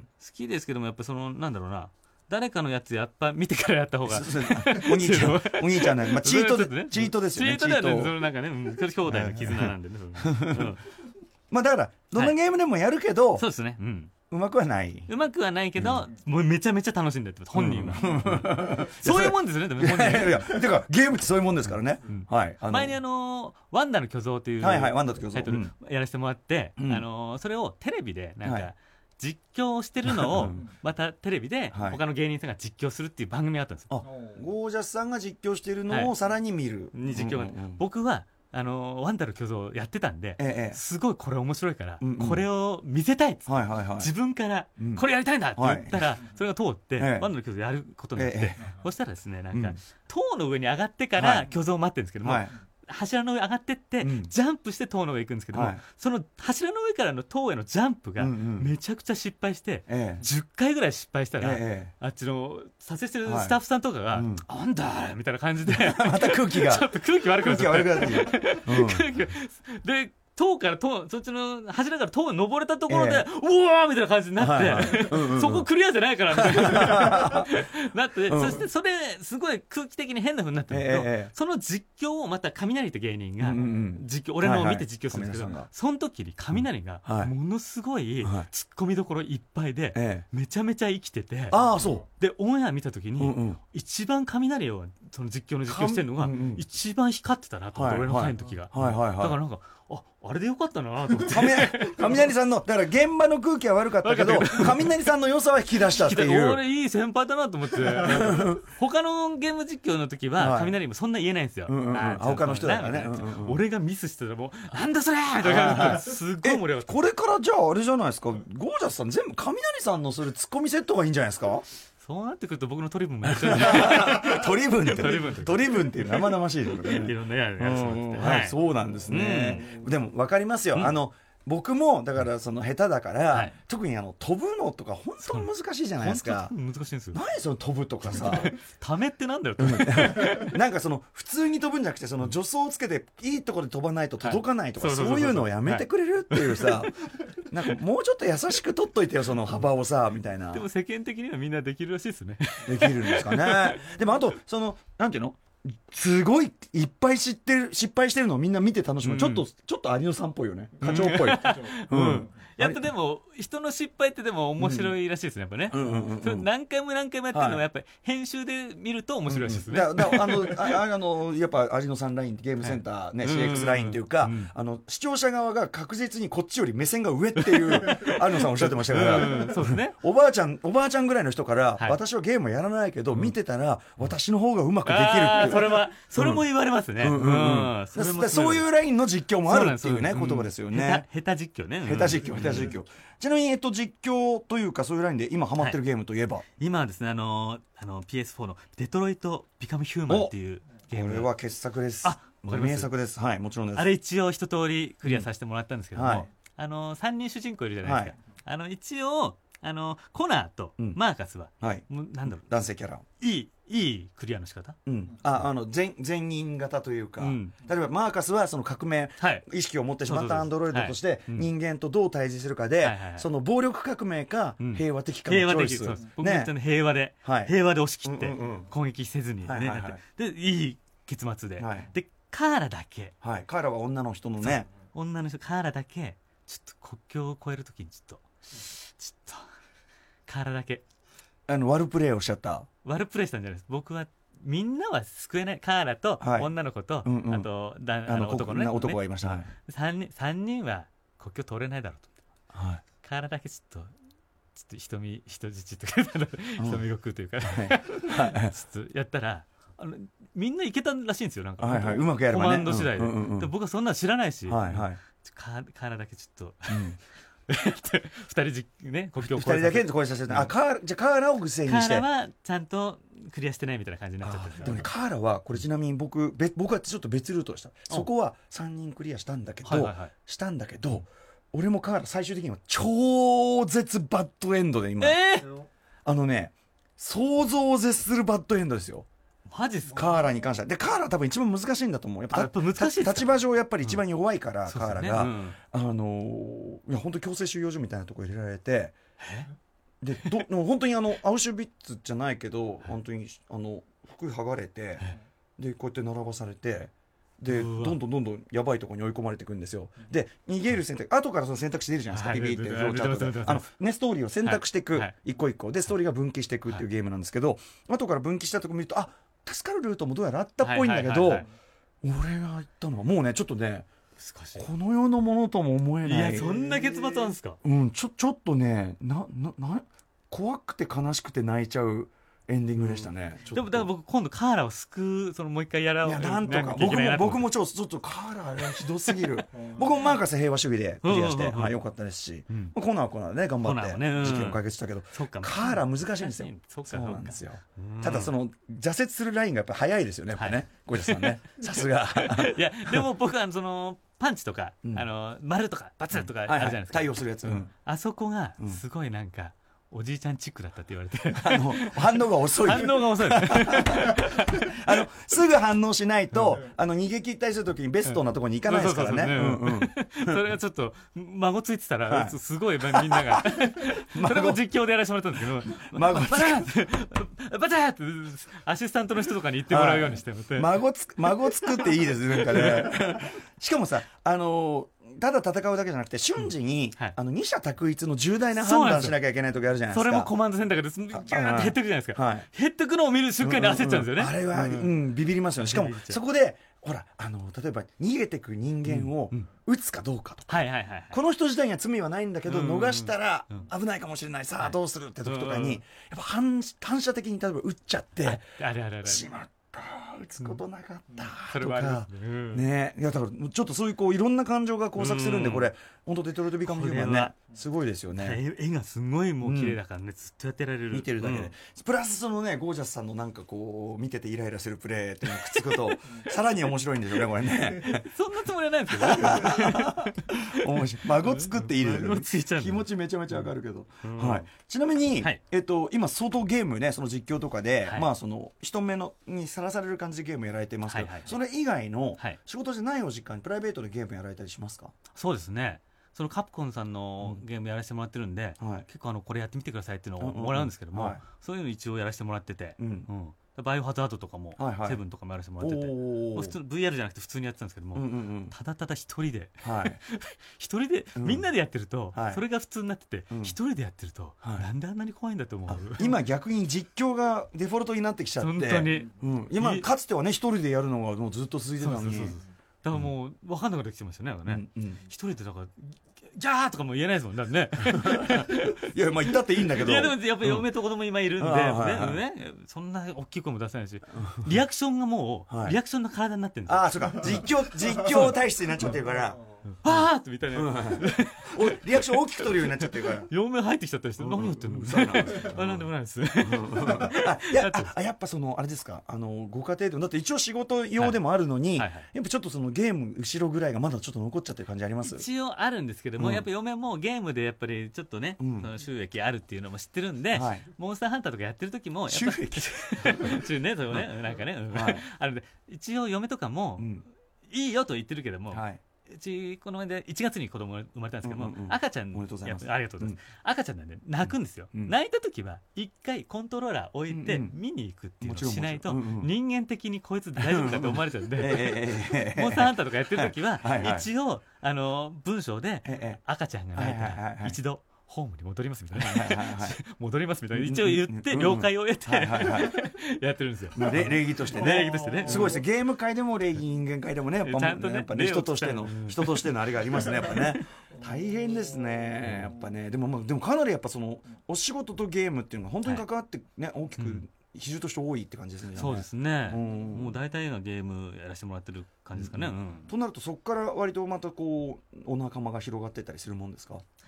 好きですけども、やっぱそのなんだろうな、誰かのやつやっぱ見てからやった方がお兄ちゃんお兄ちゃんね、まあ、チートで、ね、チートですよね、 チートだよね、そのなんかね、うん、兄弟の絆なんでね、うん、 まあだからどんなゲームでもやるけど、 はい、そうですね、うん、 うまくはないうまくはないけど、うん、もうめちゃめちゃ楽しんでるって本人は、うん、そういうもんですよね、でも本人いやいやてかゲームってそういうもんですからね、うん、はい、 あの前にあのワンダの巨像というはいはい、ワンダと巨像タイトルやらせてもらって、うん、あのそれをテレビでなんか、はい、実況してるのをまたテレビで他の芸人さんが実況するっていう番組があったんですよ、 はい、あ、ゴージャスさんが実況してるのをさらに見る、 はい、実況が、うんうんうん、僕はあのワンダの巨像やってたんで、ええ、すごいこれ面白いから、うんうん、これを見せたいっつって、はいはいはい、自分からこれやりたいんだって言ったら、はい、それが通って、ええ、ワンダの巨像やることになって、ええ、そしたらですね、なんか、うん、塔の上に上がってから巨像を待ってるんですけども、はい、柱の上上がってって、うん、ジャンプして塔の上行くんですけども、はい、その柱の上からの塔へのジャンプがめちゃくちゃ失敗して、うんうん、じゅっかいぐらい失敗したら、ええ、あっちの撮影してるスタッフさんとかが、はい、あんだみたいな感じでまた空気がちょっと空気悪くなって空気悪くなってうん、空気で塔から塔そっちの柱から塔に登れたところで、ええ、うわーみたいな感じになって、はいはいうんうんうん、そこクリアじゃないからみたいななって、うん、そしてそれすごい空気的に変な風になってるんだけど、ええ、その実況をまた雷って芸人が実況、うんうん、俺のを見て実況するんですけど、はいはい、その時に雷がものすごいツッコミどころいっぱいで、はい、めちゃめちゃ生きてて、 あそうでオンエア見た時に、うんうん、一番雷をその実況の実況してるのが、うんうん、一番光ってたなと思って、はい、俺の回の時が、はいはいはい、だからなんかああれでよかったなと思って雷さんのだから現場の空気は悪かったけど雷さんの良さは引き出したっていう俺いい先輩だなと思って他のゲーム実況の時は雷もそんな言えないんですよ、はい、うんうんうん、 他の人だからね、うんうんうん、俺がミスしてたらもうなんだそれみたいな感じですっごい盛り上がったこれからじゃああれじゃないですか、ゴージャスさん全部雷さんのするツッコミセットがいいんじゃないですか。 そうなってくると僕の取り分もやっちゃう取り分って取り分取り分っていう生々しいところねいろんなやつがあって、 はい、そうなんですね、うん、でも分かりますよ、うん、あの僕もだからその下手だから、はい、特にあの飛ぶのとか本当に難しいじゃないですか。 難しいんですよ。 何その飛ぶとかさためってなんだよなんかその普通に飛ぶんじゃなくてその助走をつけていいところで飛ばないと届かないとか、はい、そういうのをやめてくれるっていうさ、はい、なんかもうちょっと優しく取っといてよその幅をさみたいな。 でも世間的にはみんなできるらしいですね。 できるんですかね。でもあとそのなんていうのすごいいっぱい知ってる失敗してるのをみんな見て楽しむ、うん、ちょっとちょっと有野さんっぽいよね、課長っぽい、 うんうん、やっぱでも人の失敗ってでも面白いらしいですね、やっぱね、うんうんうんうん、それ何回も何回もやってるのはやっぱり編集で見ると面白いらしいですね、 うんうん、だだあのああのやっぱ有野さんラインゲームセンター、ね、はい、シーエックス ラインっていうか、うんうん、あの視聴者側が確実にこっちより目線が上っていう有野さんおっしゃってましたから、うん、そうですね、おばあちゃんおばあちゃんぐらいの人から、はい、私はゲームやらないけど、うん、見てたら私の方がうまくできるっていう、 それはそれも言われますね、うんうんうん、 そ, そういうラインの実況もあるっていうね言葉ですよね。 下手実況ね、 下手実況下手実況。ちなみに、えっと、実況というかそういうラインで今ハマってるゲームといえば、はい、 今はですね、あのあの ピーエスフォー のデトロイトビカムヒューマンっていうゲーム。 これは傑作です。あ、名作です。はい、もちろんです。 あれ一応一通りクリアさせてもらったんですけども、うん、はい、あのさんにん主人公いるじゃないですか、はい、あの一応あのコナーとマーカスは、うん、はい、もうなんだろう、 男性キャラいいいいクリアの仕方、 うん、ああの 全, 全員型というか、うん、例えばマーカスはその革命、はい、意識を持ってしまったアンドロイドとして人間とどう対峙するかで、はい、その暴力革命か、うん、平和的かのチョイス、 平和的、僕言ったの平和で、はい、平和で押し切って、うんうんうん、攻撃せずにね、はいはいはい、でいい結末で、はい、でカーラだけ、 はい、カーラは女の人のね、 女の人カーラだけちょっと国境を越えるときにちょっとちょっとカーラだけあの悪プレーをしちゃった。 悪プレーしたんじゃないです。僕はみんなは救えない。カーラと女の子と、はい、うんうん、あとだあの男のね、 男がいました、はい、 さんにんさんにんは国境通れないだろうと、はい、カーラだけちょっとちょっと瞳人質とか瞳が食うというか、うん、はい、ちょっとやったらあのみんないけたらしいんですよ、なんか、 はいはい、うまくやればね、 コマンド次第で、うんうんうん、で僕はそんなの知らないし、 はいはい、 カーラだけちょっと、うんふたりじね国境をふたりだけで声させて、あカーラじゃあカーラを犠牲にカーしてラはちゃんとクリアしてないみたいな感じになっちゃったんですよ。 でもねカーラはこれちなみに僕べ僕はちょっと別ルートでした。そこはさんにんクリアしたんだけど、 はいはいはい、 したんだけど俺もカーラ最終的には超絶バッドエンドで今、 えー、 あのね想像を絶するバッドエンドですよ。 マジっすか。 カーラに関してはでカーラ多分一番難しいんだと思う。やっぱやっぱ難しいですか。 立場上やっぱり一番弱いから、うん、カーラが、 ねうん、 あのー、いや本当強制収容所みたいなところ入れられてでど本当にあのアウシュビッツじゃないけど本当にあの服剥がれてでこうやって並ばされてでどんどんどんどんやばいところに追い込まれていくんですよ。で逃げる選択後からその選択肢出るじゃないですか、はい、ビビってフローチャートであの、ね、ストーリーを選択していく、はい、一個一個でストーリーが分岐していくっていうゲームなんですけど、はい、後から分岐したところ見るとあ助かるルートもどうやらあったっぽいんだけど、俺が言ったのはもうねちょっとねこの世のものとも思えない。 いやそんな結末なんですか。 うんちょちょっとねななな怖くて悲しくて泣いちゃうエンディングでしたね、 うん、でもだから僕今度カーラを救うそのもう一回やらいやなんとか僕も僕もちょっとちょっとカーラあれはひどすぎる僕もマーカス平和主義でクリアして、うんうんうん、はい、よかったですし、うん、コナーはコナーでね頑張って事件を解決したけど、ねうん、カーラ難しいんですよ。そうなんですよ。ただその挫折するラインがやっぱ早いですよねやっぱね、小出さんねさすがいやでも僕はそのパンチとか、うん、あの丸とかバツとかあるじゃないですか、 はいはい、対応するやつ、うん、 あそこがすごいなんか、おじいちゃんチックだったって言われてあの反応が遅い反応が遅いあのすぐ反応しないと、うん、あの逃げ切ったりするときにベストなところに行かないですからね。 それがちょっと孫ついてたら、はい、すごいみんながそれも実況でやらせてもらったんですけど孫バターバターってアシスタントの人とかに言ってもらうようにして、はい、 孫つ孫つくっていいですねなんかねしかもさあのーただ戦うだけじゃなくて瞬時に、うんはい、あの二者択一の重大な判断しなきゃいけない時あるじゃないですか。 それもコマンド選択でギューって減ってくじゃないですか、はい、減ってくのを見る瞬間に焦っちゃうんですよね、 うんうんうん、あれは、うんうん、ビビりますよね。しかもそこでほらあの例えば逃げてく人間を撃つかどうかとか、この人自体には罪はないんだけど、うんうん、逃したら危ないかもしれない、さあどうするって時とかに、はい、やっぱ反反射的に例えば撃っちゃって、 あれあれあれしまった打つことなかったとか、うん、ね、いやだからちょっとそういうこういろんな感情が交錯するんで、うん、これ本当デトロイトビカムヒューマンねすごいですよね。 絵がすごいもう綺麗だからね、うん、ずっとやってられる見てるだけで、うん、プラスそのねゴージャスさんのなんかこう見ててイライラするプレーっていうのがくっつくとさらに面白いんでしょうねこれねそんなつもりはないんですけど面白い孫作っていいですよね。 ついちゃう気持ちめちゃめちゃわかるけど、うん、はい、ちなみに、はい、えっと、今相当ゲームねその実況とかで、はい、まあその人目のにさらされる感じでゲームやられてますけど、はいはいはい、それ以外の仕事じゃないお時間にプライベートでゲームやられたりしますか？ そうですね、そのカプコンさんのゲームやらせてもらってるんで、うん、はい、結構あのこれやってみてくださいっていうのをもらうんですけども、うんうんうん、はい、そういうの一応やらせてもらってて、うんうん、バイオハザードとかも、はいはい、セブンとかもやらせてもらってて、普通 ブイアール じゃなくて普通にやってたんですけども、うんうんうん、ただただ一人で、はい、一人で、うん、みんなでやってると、はい、それが普通になってて、うん、一人でやってると、はい、なんであんなに怖いんだと思う。 今逆に実況がデフォルトになってきちゃって、 本当に、 うん、今かつてはね一人でやるのがもうずっと続いてたのに、 そうそうそうそう、だからもう分かんなくなってきてましたね、うんうん、一人でだからギャーとかも言えないですもんだってねいやまあ言ったっていいんだけど、 いやでもやっぱり嫁と子供今いるんで、うんねね、そんな大きい声も出せないし、リアクションがもう、はい、リアクションの体になってるんですよ。 ああそうか、実況実況体質になっちゃってるからあーってみたいな、うん、 リアクション大きく取るようになっちゃってるから嫁入ってきちゃったりして、うん、何やってんの、うん、あなんでもないですあやあやっぱそのあれですか、あのご家庭でだって一応仕事用でもあるのに、はいはいはい、やっぱちょっとそのゲーム後ろぐらいがまだちょっと残っちゃってる感じあります？ 一応あるんですけども、うん、やっぱ嫁もゲームでやっぱりちょっとね、うん、その収益あるっていうのも知ってるんで、はい、モンスターハンターとかやってる時もやっぱ収益収ねそね、なんかね、はい、あるんで一応嫁とかも、うん、いいよと言ってるけども、はい、うちこの前でいちがつに子供が生まれたんですけども、うんうんうん、赤ちゃん、ありがとうございます、ありがとうございます、うん、赤ちゃんなんで泣くんですよ、うん、泣いた時は一回コントローラー置いて見に行くっていうのをしないと、人間的にこいつ大丈夫かと思われちゃうんでモンスターハンターとかやってる時は、はいはい、一応あの文章で赤ちゃんが泣いたら一度ホームに戻りますみたいな、はいはいはいはい、戻りますみたいな一応言って了解を得てやってるんですよ。 礼儀としてね、 礼儀としてね、 すごいですね。ゲーム界でも礼儀、人間界でもね、やっぱ、 ちゃんとね、 やっぱね、人としての人としてのあれがありますね、やっぱね。大変ですね、やっぱね。でもまあでもかなりやっぱそのお仕事とゲームっていうのが本当に関わってね、はい、大きく、うん、比重として多いって感じですね。 そうですね、うん、もう大体のゲームやらせてもらってる感じですかね、うんうん、 となるとそこから割とまたこうお仲間が広がってたりするもんですか？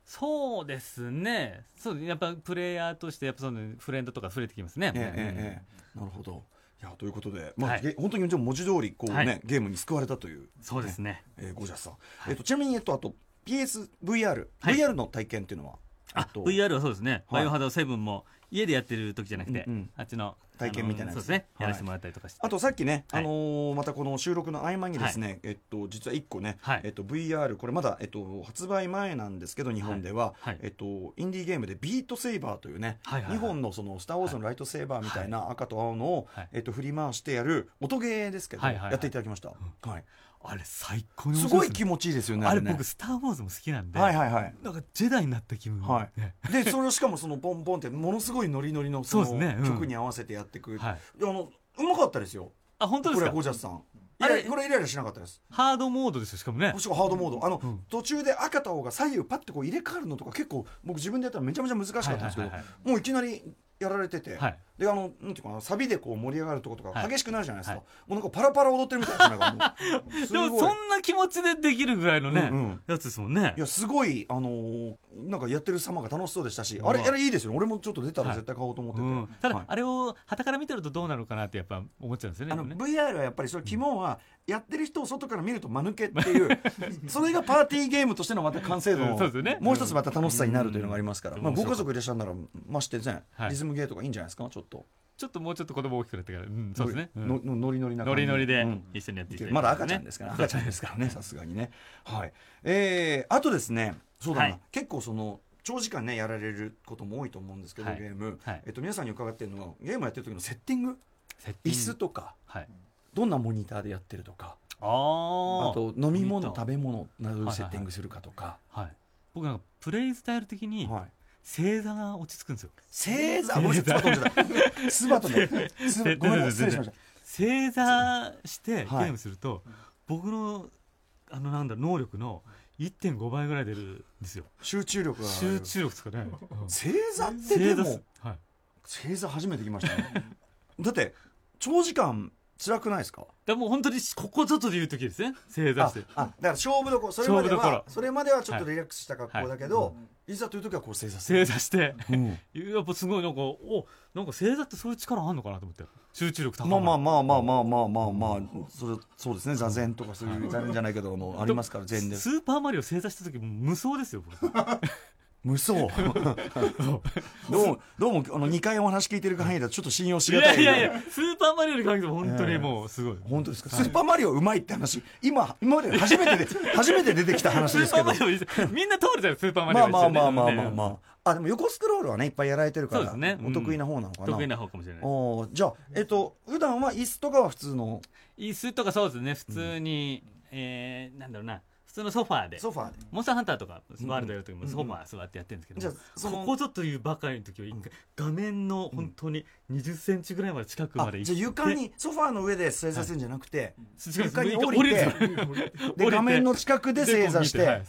そうですね。そうやっぱプレイヤーとしてやっぱそのフレンドとか触れてきますね。 ええええ、なるほど。いやということで、まあ、 はい、 本当に文字通りこう、ね、はい、ゲームに救われたという、ね、 そうですね、 えー、ゴージャスさん、はい、えっと、ちなみに、えっと、あと ピーエスブイアール、はい、ブイアール の体験っていうのは、 あ、ブイアール はそうですね、はい、バイオハザードセブンも家でやってる時じゃなくて、うんうん、あっちの体験みたいなやつ、 そうですね、やらせてもらったりとかして、 あとさっきね、はい、あのー、またこの収録の合間にですね、はい、えっと、実はいっこね、はい、えっと、ブイアール これまだ、えっと、発売前なんですけど日本では、はい、えっと、インディーゲームでビートセイバーというね、はいはいはい、にほんのそのスター・ウォーズのライトセーバーみたいな赤と青のを、はい、えっと、振り回してやる音ゲーですけど、はいはいはい、やっていただきました、うん、はい、あれ最高に面白いです、すごい気持ちいいですよね。 あれね、僕スター・ウォーズも好きなんで、 はいはいはい、 なんかジェダイになった気分、 はい、でそれをしかもそのポンポンってものすごいノリノリのその曲に合わせてやっていく、はい、あのうまかったですよ。 あ、本当ですか。 これゴージャスさん、あれこれイライラしなかったです。 ハードモードですよ。しかもね、 しかもハードモード、あの、うん、途中で赤と青が左右パッてこう入れ替わるのとか結構僕自分でやったらめちゃめちゃ難しかったんですけど、はいはいはいはい、もういきなりやられてて、はい、であのなんていうかな、サビでこう盛り上がるところとか激しくなるじゃないですか、はい、もうなんかパラパラ踊ってるみたいなでもそんな気持ちでできるぐらいのね、うんうん、やつですもんね。 いやすごい、あのー、なんかやってる様が楽しそうでしたし、あれあれいいですよ。俺もちょっと出たら絶対買おうと思ってて、はい、うん、 ただ、はい、あれを傍から見てるとどうなるかなってやっぱ思っちゃうんですよね。 あの ブイアール はやっぱりそれ肝は、うん、やってる人を外から見ると間抜けっていうそれがパーティーゲームとしてのまた完成度の、うんね、もう一つまた楽しさになるというのがありますから、うん、まあ、ご家族いらっしゃるならましてね、はい、リズムゲーとかいいんじゃないですか。ちょっとちょっともうちょっと子供大きくなってから、うん、そうですね、うん、 ののノリノリな感じ、 ノリノリで一緒にやっていきたい、ね、 まだ赤ちゃんですから赤ちゃんですからね、さすがにね。はい、えー、あとですね、そうだな、はい、結構その長時間ねやられることも多いと思うんですけど、はい、ゲーム、はい、えっと、皆さんに伺っているのはゲームやってる時のセッティング、セッティング椅子とか、はい、どんなモニターでやってるとか、あ, あと飲み物食べ物などでセッティングするかとか、はいはいはい、 僕なんかプレイスタイル的に、はい、正座が落ち着くんですよ。 正座、もうちょっとつばとね、ごめんなさい、失礼しました。 正座してゲームすると、はい、僕のあのなんだ能力の いってんご 倍ぐらい出るんですよ。 集中力が集中力ですかね。 正座ってでも、はい、正座初めて聞きましたね。だって長時間辛くないですか。 でも本当にここぞという時ですね、正座して。 ああ、だから勝負どころ、それまではそれまではちょっとリラックスした格好だけど、はいはい、いざという時はこう正座して正座して、うん、やっぱすごいなんかおなんか正座ってそういう力あんのかなと思って、集中力高まる。 まあまあまあまあまあまあまあまあ、それそうですね、座禅とかそういう座禅じゃないけどのありますから、禅で。 スーパーマリオ正座した時も無双ですよ。 無双どうもどうもあのにかいお話聞いてる範囲だとちょっと信用しがたい。 いやいやいや、スーパーマリオに関しても本当にもうすごい、えー、 本当ですか。スーパーマリオうまいって話、今今まで初めてで初めて出てきた話ですけど、 みんな通るじゃんスーパーマリオ。 まあまあまあまあまあまあ、あでも横スクロールはねいっぱいやられてるから、そうですね、お得意な方なのかな。 得意な方かもしれない。 おじゃあえっと普段は椅子とかは普通の椅子とか、そうですね、普通に、うん、えー、なんだろうな、普通のソファーで、ソファーでモンスターハンターとかワールドやるときもソファー座ってやってるんですけど、うんうん、じゃあここぞというばかりの時は一回画面の本当ににじゅっセンチぐらいまで近くまで行って、 じゃあ床にソファーの上で正座するんじゃなくて、はい、床に降りてで画面の近くで正座して、はい、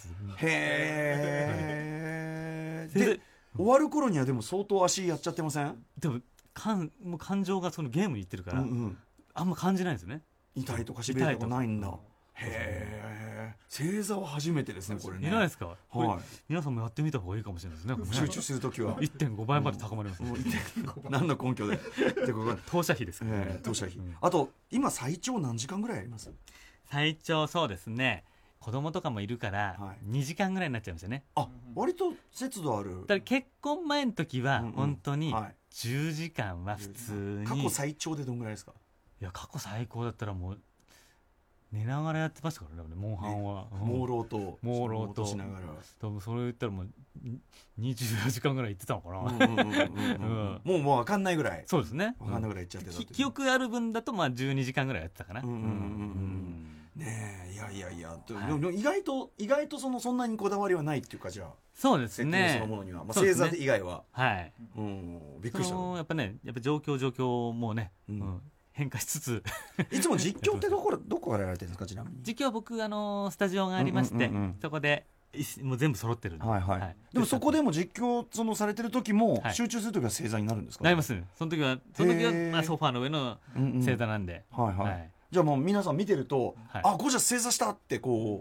へーで終わる頃にはでも相当足やっちゃってません？ でも感もう感情がそのゲームにいってるから、うんうん、あんま感じないんですよね。 痛いとかしびれとかないんだ。へえ、正座は初めてですね、これね。 いないですか。はい、皆さんもやってみた方がいいかもしれないですね。 集中するときはいってんご 倍まで高まります、ね。 うん、何の根拠で？ 投射費ですか、ね。 えー、投射費、うん。あと今最長何時間ぐらいあります？ 最長そうですね。子供とかもいるからにじかんぐらいになっちゃいますよね。 あ、割と節度ある。 だから結婚前の時は本当にじゅうじかんは普通に。 過去最長でどんぐらいですか？ いや過去最高だったらもう。寝ながらやってましたからね、モンハンは。 朦朧と朦朧としながら、多分それ言ったらもうにじゅうよじかんぐらい行ってたのかな。 もうもう分かんないぐらい。 そうですね、 分かんないぐらい行っちゃってたって。 記憶ある分だとまあじゅうにじかんぐらいやってたかな。ねえ、いやいやいや、はい、意外と意外とそのそんなにこだわりはないっていうか、じゃあそうですね、 そのものには、まあ、正座以外は、 はい、 うん、びっくりした。 やっぱね、やっぱ状況状況もね、うんうん変化しつついつも実況ってどこどこからやられてるんですか？ちなみに実況は僕、あのー、スタジオがありまして、うんうんうん、そこでもう全部揃ってるんで、はいはいはい、でもそこでも実況そのされてる時も集中する時は正座になるんですか？なります。その時はその時はまあソファーの上の正座なんで、うんうん、はいはい、じゃあもう皆さん見てると、はい、あゴージャス正座したってこう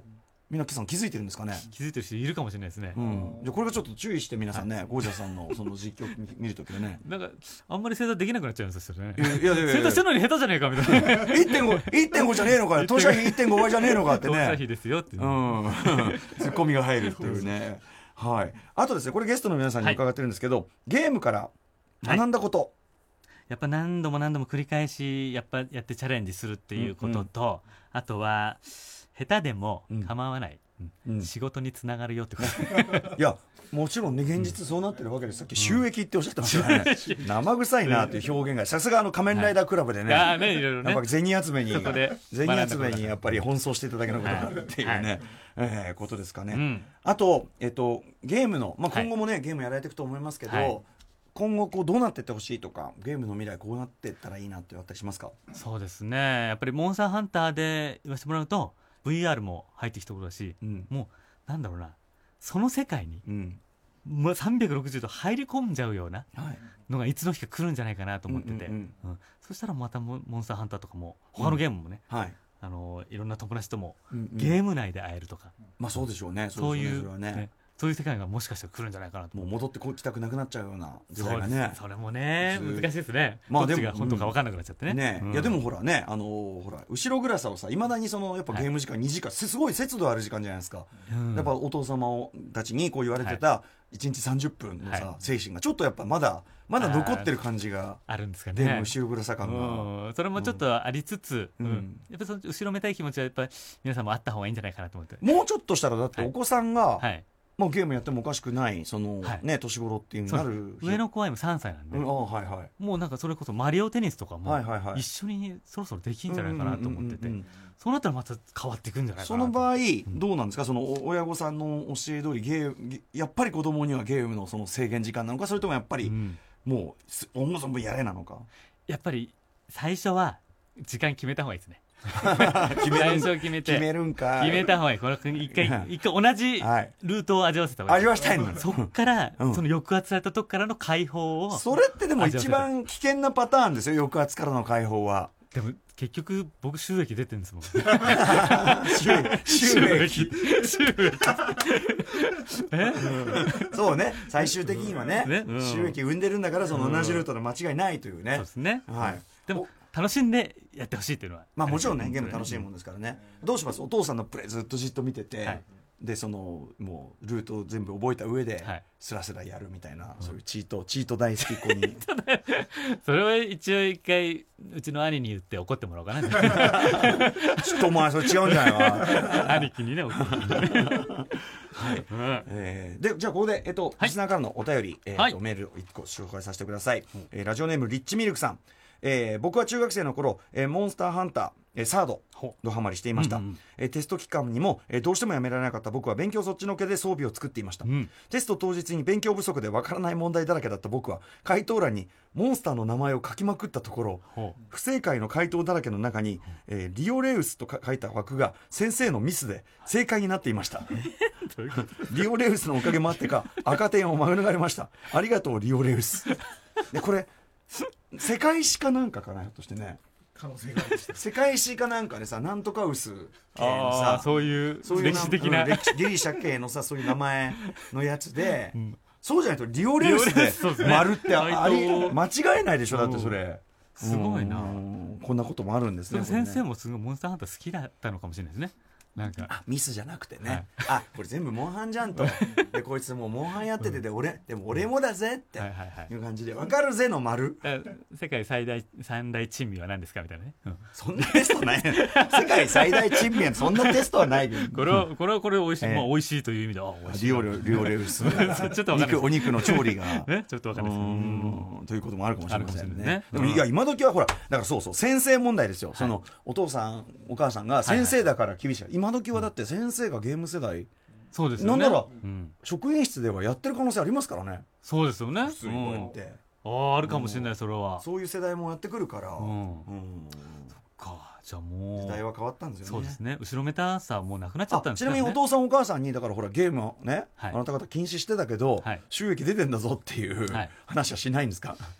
みんなさん気づいてるんですかね。 気づいてる人いるかもしれないですね、 うん、じゃこれがちょっと注意して皆さんね、ゴージャスさんのその実況を見るときはねなんかあんまり正座できなくなっちゃうんですよね。 いやいやいやいや正座してるのに下手じゃねえかみたいないってんご いってんご じゃねえのかよ、投資費 いってんご 倍じゃねえのかってね、 投資費ですよって、 うん、ツッコミが入るっていうねはい。あとですね、これゲストの皆さんに伺ってるんですけど、はい、ゲームから学んだこと、はい、 やっぱ何度も何度も繰り返しやっぱやってチャレンジするっていうことと、うんうん、あとは下手でも構わない、うんうん、仕事につながるよってこといやもちろんね現実そうなってるわけです。さっき収益っておっしゃってましたね、うん、生臭いなっていう表現がさすがあの仮面ライダークラブでね、はい、ねいろいろねやっぱ銭集めに銭集めにやっぱり奔走していただけのことがあるっていうね、はいえー、ことですかね、うん、あと、えっと、ゲームの、まあ、今後もね、はい、ゲームやられていくと思いますけど、はい、今後こうどうなっていってほしいとかゲームの未来こうなっていったらいいなってあったりしますか。 そうですね、やっぱりモンスターハンターで言わせてもらうと ブイアール も入ってきたことだし、うん、もうなんだろうなその世界に、うんもうさんびゃくろくじゅうど入り込んじゃうようなのがいつの日か来るんじゃないかなと思ってて、うんうんうんうん、そしたらまたモンスターハンターとかも他のゲームもね、うんはい、あのいろんな友達ともゲーム内で会えるとか、 うんうん、まあそうでしょうね。 そういう、ね、そういう世界がもしかしたら来るんじゃないかなと。 もう戻ってきたくなくなっちゃうような時代がね。 そ, それもね難しいですね、まあ、どっちが本当か分かんなくなっちゃってね、うんねうん、 いやでもほらねあのー、ほら後ろ暗さをさいまだにそのやっぱゲーム時間にじかん、はい、すごい節度ある時間じゃないですか、うん、やっぱお父様たちにこう言われてた、はいいちにちさんじゅっぷんのさ、はい、精神がちょっとやっぱまだまだ残ってる感じがあるんですかね。 でも後ろ暗さ感が、 うん、それもちょっとありつつ、うんうん、やっぱその後ろめたい気持ちはやっぱり皆さんもあった方がいいんじゃないかなと思って。 もうちょっとしたらだってお子さんが、はいはいまあ、ゲームやってもおかしくないその、はいね、年頃っていうなる上の子は今さんさいなんで、うんあはいはい、もうなんかそれこそマリオテニスとかも一緒にそろそろできるんじゃないかなと思ってて、そうなったらまた変わっていくんじゃないかなと。 その場合どうなんですか、その親御さんの教え通りゲーやっぱり子供にはゲームのその制限時間なのか、それともやっぱり、うん、もう思う存分やれなのか。 やっぱり最初は時間決めた方がいいですね決め最初決めて決めるんか決めた方がいい。これ一回一回同じルートを味わわせた方がいい。 味わしたいの。 そっから、うん、その抑圧されたとこからの解放を。 それってでも一番危険なパターンですよ、抑圧からの解放は。 でも結局僕収益出てるんですもん収益収益収益え、 うん、そうね最終的には ね, ね、うん、収益生んでるんだからその同じルートで間違いないというね、うん、 そうですね、 はい、 でも楽しんでやってほしいっていうのはまあもちろんねゲーム楽しいもんですからね、うん、どうします。お父さんのプレイずっとじっと見てて、はい、でそのもうルートを全部覚えた上で、はい、スラスラやるみたいな、うん、そういうチートチート大好き子にそれは一応一回うちの兄に言って怒ってもらおうかなちょっとお前それ違うんじゃないか兄貴にね怒ってはいうんえー、でじゃあここで、えっとリスナーからのお便り、えーはい、メールをいっこ紹介させてください、うんえー、ラジオネームリッチミルクさん、えー、僕は中学生の頃、えー、モンスターハンターえー、サードドハマりしていました、うんうんえー、テスト期間にも、えー、どうしてもやめられなかった僕は勉強そっちのけで装備を作っていました、うん、テスト当日に勉強不足でわからない問題だらけだった僕は回答欄にモンスターの名前を書きまくったところ不正解の回答だらけの中に、えー、リオレウスと書いた枠が先生のミスで正解になっていましたリオレウスのおかげもあってか赤点を免れました。ありがとうリオレウスでこれ世界史かなんかかなひょっとしてね可能性が世界史かなんかでさなんとかウス系のさそういう歴史的な、 うん、歴史ギリシャ系のさそういう名前のやつで、うん、そうじゃないとリオレウスで丸ってあり間違えないでしょ。だってそれすごいな、 こんなこともあるんですね。 でも先生もすごいモンスターハンター好きだったのかもしれないですね。なんかあミスじゃなくてね、はい、あこれ全部モンハンじゃんとでこいつもうモンハンやっててで俺でも俺もだぜっていう感じで分かるぜの丸世界最大三大珍味は何ですかみたいなね、うん、 そんなテストない世界最大珍味はそんなテストはないこれはこれはこれ美味しい、えーまあ、美味しいという意味であ美味しいリオレリオレウスちょっと肉お肉の調理が、 ね、ちょっと分かんないですうんということもあるかもしれません ね, ねでもいや今時はほらだからそうそう先生問題ですよ、はい、そのお父さんお母さんが先生だから厳しい、はいはい、今時はだって先生がゲーム世代そうですよね、 なんなら、うん、職員室ではやってる可能性ありますからね。 そうですよね普通にこうやって、 うん、あ, あるかもしれない、うん、それはそういう世代もやってくるから、うんうん、 そっかじゃあもう時代は変わったんですよね。 そうですね後ろめたさはもうなくなっちゃったんですね。 ちなみにお父さんお母さんにだからほらゲームをね、はい、あなた方禁止してたけど、はい、収益出てんだぞっていう、はい、話はしないんですか。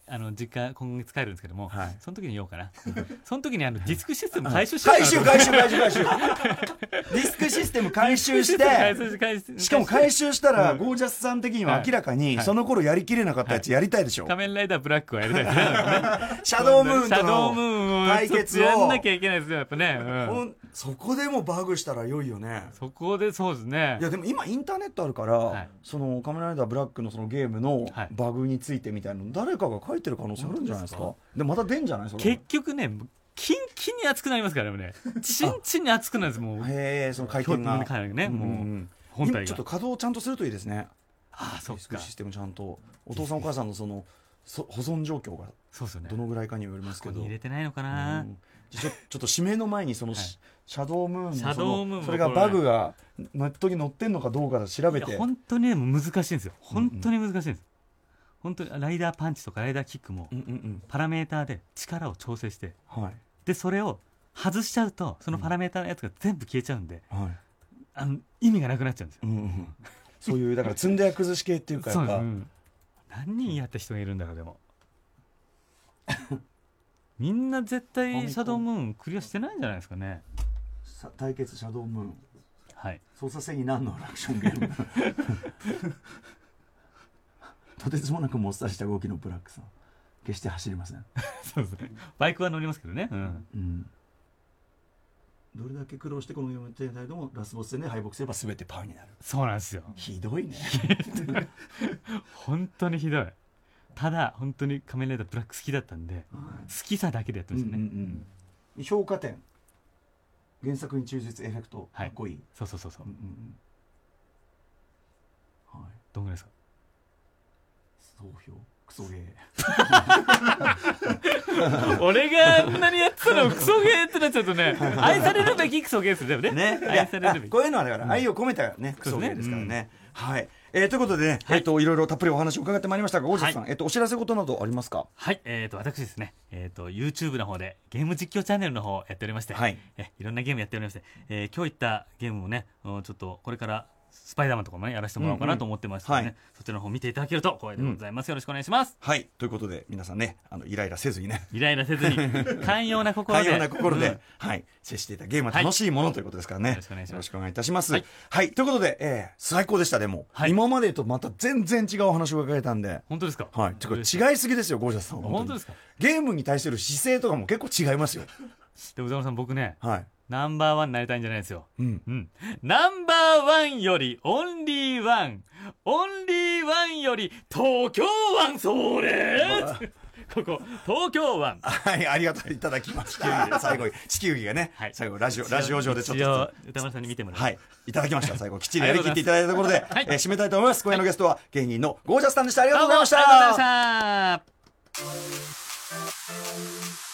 あの実家今月帰るんですけども、 はい、 その時に言おうかなその時にあのディスクシステム回収しよう回収回収回収回収ディスクシステム回収してしかも回収したら、うん、ゴージャスさん的には明らかに、はい、その頃やりきれなかったやつやりたいでしょ、はい、 仮面ライダーブラックはやりたいですねシャドームーンとの対決をやんなきゃいけないですよやっぱね、うん、 そこでもバグしたら良いよね。 そこでそうですね。 いやでも今インターネットあるから、はい、その仮面ライダーブラックのそのゲームのバグについてみたいなの誰かが書いてる可能性あるんじゃないですか。はい、でまた出んじゃないそれ。 結局ねキンキンに熱くなりますからね。チンチンに熱くなるんですもう。 へえその回転が。 ね、もう、うん、本体がちょっと稼働ちゃんとするといいですね。 ああそうか。 システムちゃんとお父さんお母さんのそのそ保存状況がどのぐらいかによりますけど。 ここに入れてないのかな。 うんちょ, ちょっと指名の前にその、はい、シャドームーンのシャドームーンそれがバグがネットに載ってんのかどうか調べて。 本当に、ね、難しいんですよ。本当に難しいんです、うんうん、本当にライダーパンチとかライダーキックも、うんうんうん、パラメーターで力を調整して、はい、でそれを外しちゃうとそのパラメーターのやつが全部消えちゃうんで、うんはい、あの意味がなくなっちゃうんですよ、うんうん、 そういうだから積んでや崩し系っていうかやっぱそう、うん、何人やった人がいるんだろうでもみんな絶対シャドームーンクリアしてないんじゃないですかね。 対決シャドームーン、 はい、 操作性に何のアクションゲームとてつもなくもっさりした動きのブラックさん決して走りませんそうですね。バイクは乗りますけどね、うんうん、 どれだけ苦労してこのゲーム全体でもラスボス戦で敗北すれば全てパーになる。 そうなんですよ。 ひどいね本当にひどい。ただ本当に仮面ライダーブラック好きだったんで、はい、好きさだけでやってましたね、うんうんうん、評価点原作に忠実エフェクトかっこいい、 はい、そうそうそうそう、うんうんうんはい、 どんぐらいですか。 総評クソゲー俺があんなにやってたのクソゲーってなっちゃうとね愛されるべきクソゲーですよね。 ね愛されるべきこういうのはだから愛を込めた、ねうん、クソゲーですからね、うん、はいえー、ということで、ねはいえー、といろいろたっぷりお話を伺ってまいりましたがゴージャスさん、はいえー、とお知らせ事などありますか。 はい、えー、と私ですね、えー、と YouTube の方でゲーム実況チャンネルの方をやっておりまして、はい、えいろんなゲームやっておりまして、えー、今日言ったゲームもねちょっとこれからスパイダーマンとかもねやらせてもらおうかなと思ってますので、ねうんうんはい、そちらの方見ていただけると光栄でございます、うん、よろしくお願いします。 はいということで皆さんねあのイライラせずにねイライラせずに寛容な心で寛容な心で、うんはい、接していたゲームは楽しいもの、はい、ということですからねよろしくお願いします。よろしくお願いいたします、はいはい、ということで、えー、最高でした。でも、はい、今までとまた全然違うお話を伺えたんで。 本当ですか。 はい、ちょっと違いすぎですよゴージャスさん。 本当ですか。 ゲームに対する姿勢とかも結構違いますよ。 でも宇多丸さん僕ね、 はいナンバーワンになりたいんじゃないですよ、 うんうん、 ナンバーワンよりオンリーワンオンリーワンより東京湾それここ東京湾はいありがとういただきました最後に地球儀がね、はい、最後ラジオラジオ上でちょっと歌丸さんに見てもらうはいいただきました最後きっちりやりきっていただいたところで、はいえー、締めたいと思います。今夜のゲストは芸人のゴージャスさんでした。ありがとうございました。 ありがとうございました。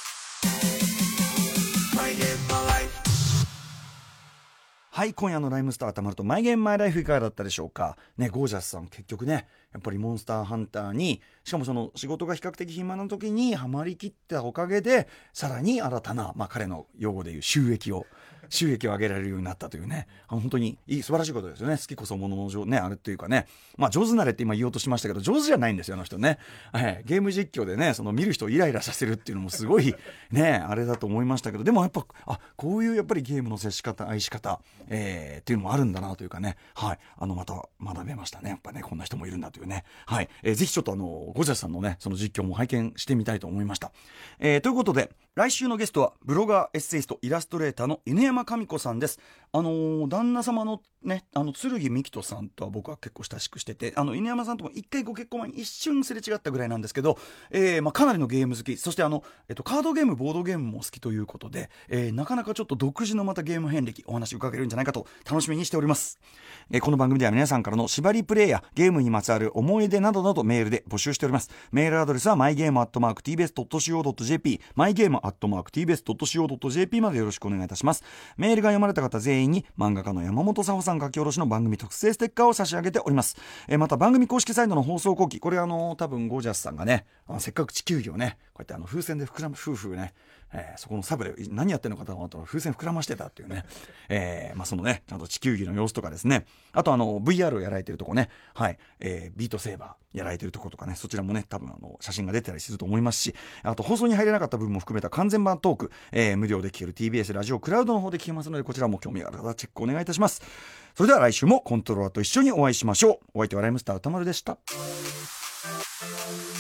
はい、今夜のライムスターたまるとマイゲームマイライフいかがだったでしょうかね。ゴージャスさん結局ねやっぱりモンスターハンターにしかもその仕事が比較的暇な時にはまりきったおかげでさらに新たな、まあ、彼の用語でいう収益を収益を上げられるようになったというね本当にいい素晴らしいことですよね。好きこそものの上ねあれっていうかねまあ上手なれって今言おうとしましたけど上手じゃないんですよあの人ね、はい、ゲーム実況でねその見る人をイライラさせるっていうのもすごいねあれだと思いましたけどでもやっぱあこういうやっぱりゲームの接し方愛し方、えー、っていうのもあるんだなというかねはいあのまた学べましたね。やっぱねこんな人もいるんだというねはい、えー、ぜひちょっとあのゴジャスさんのねその実況も拝見してみたいと思いました、えー、ということで来週のゲストはブロガーエッセイストイラストレーターの犬山紙子さんです。あのー、旦那様のねあの剣美希人さんとは僕は結構親しくしててあの犬山さんとも一回ご結婚前に一瞬すれ違ったぐらいなんですけど、えーまあ、かなりのゲーム好きそしてあの、えっと、カードゲームボードゲームも好きということで、えー、なかなかちょっと独自のまたゲーム遍歴お話伺えるんじゃないかと楽しみにしております、えー、この番組では皆さんからの縛りプレイやゲームにまつわる思い出などなどメールで募集しております。メールアドレスはマイゲームアットマーク ティービーエスドットシーオードットジェーピー マイゲームアットマーク ティービーエスドットシーオードットジェーピー までよろしくお願いいたします。メールが読まれた方全員に漫画家の山本佐穂さん書き下ろしの番組特製ステッカーを差し上げております。えー、また番組公式サイトの放送後期これあの多分ゴージャスさんがねあのせっかく地球儀をねこうやってあの風船で膨らむ夫婦ねえー、そこのサブで何やってんのかと思ったら風船膨らましてたっていうね、えー、まあそのねちゃんと地球儀の様子とかですね、あとあの ブイアール をやられてるとこね、はい、えー、ビートセーバーやられてるとことかね、そちらもね多分あの写真が出てたりすると思いますし、あと放送に入れなかった部分も含めた完全版トーク、えー、無料で聞ける ティービーエス ラジオクラウドの方で聞けますので、こちらも興味がある方はチェックお願いいたします。それでは来週もコントローラーと一緒にお会いしましょう。お相手はライムスター歌丸でした。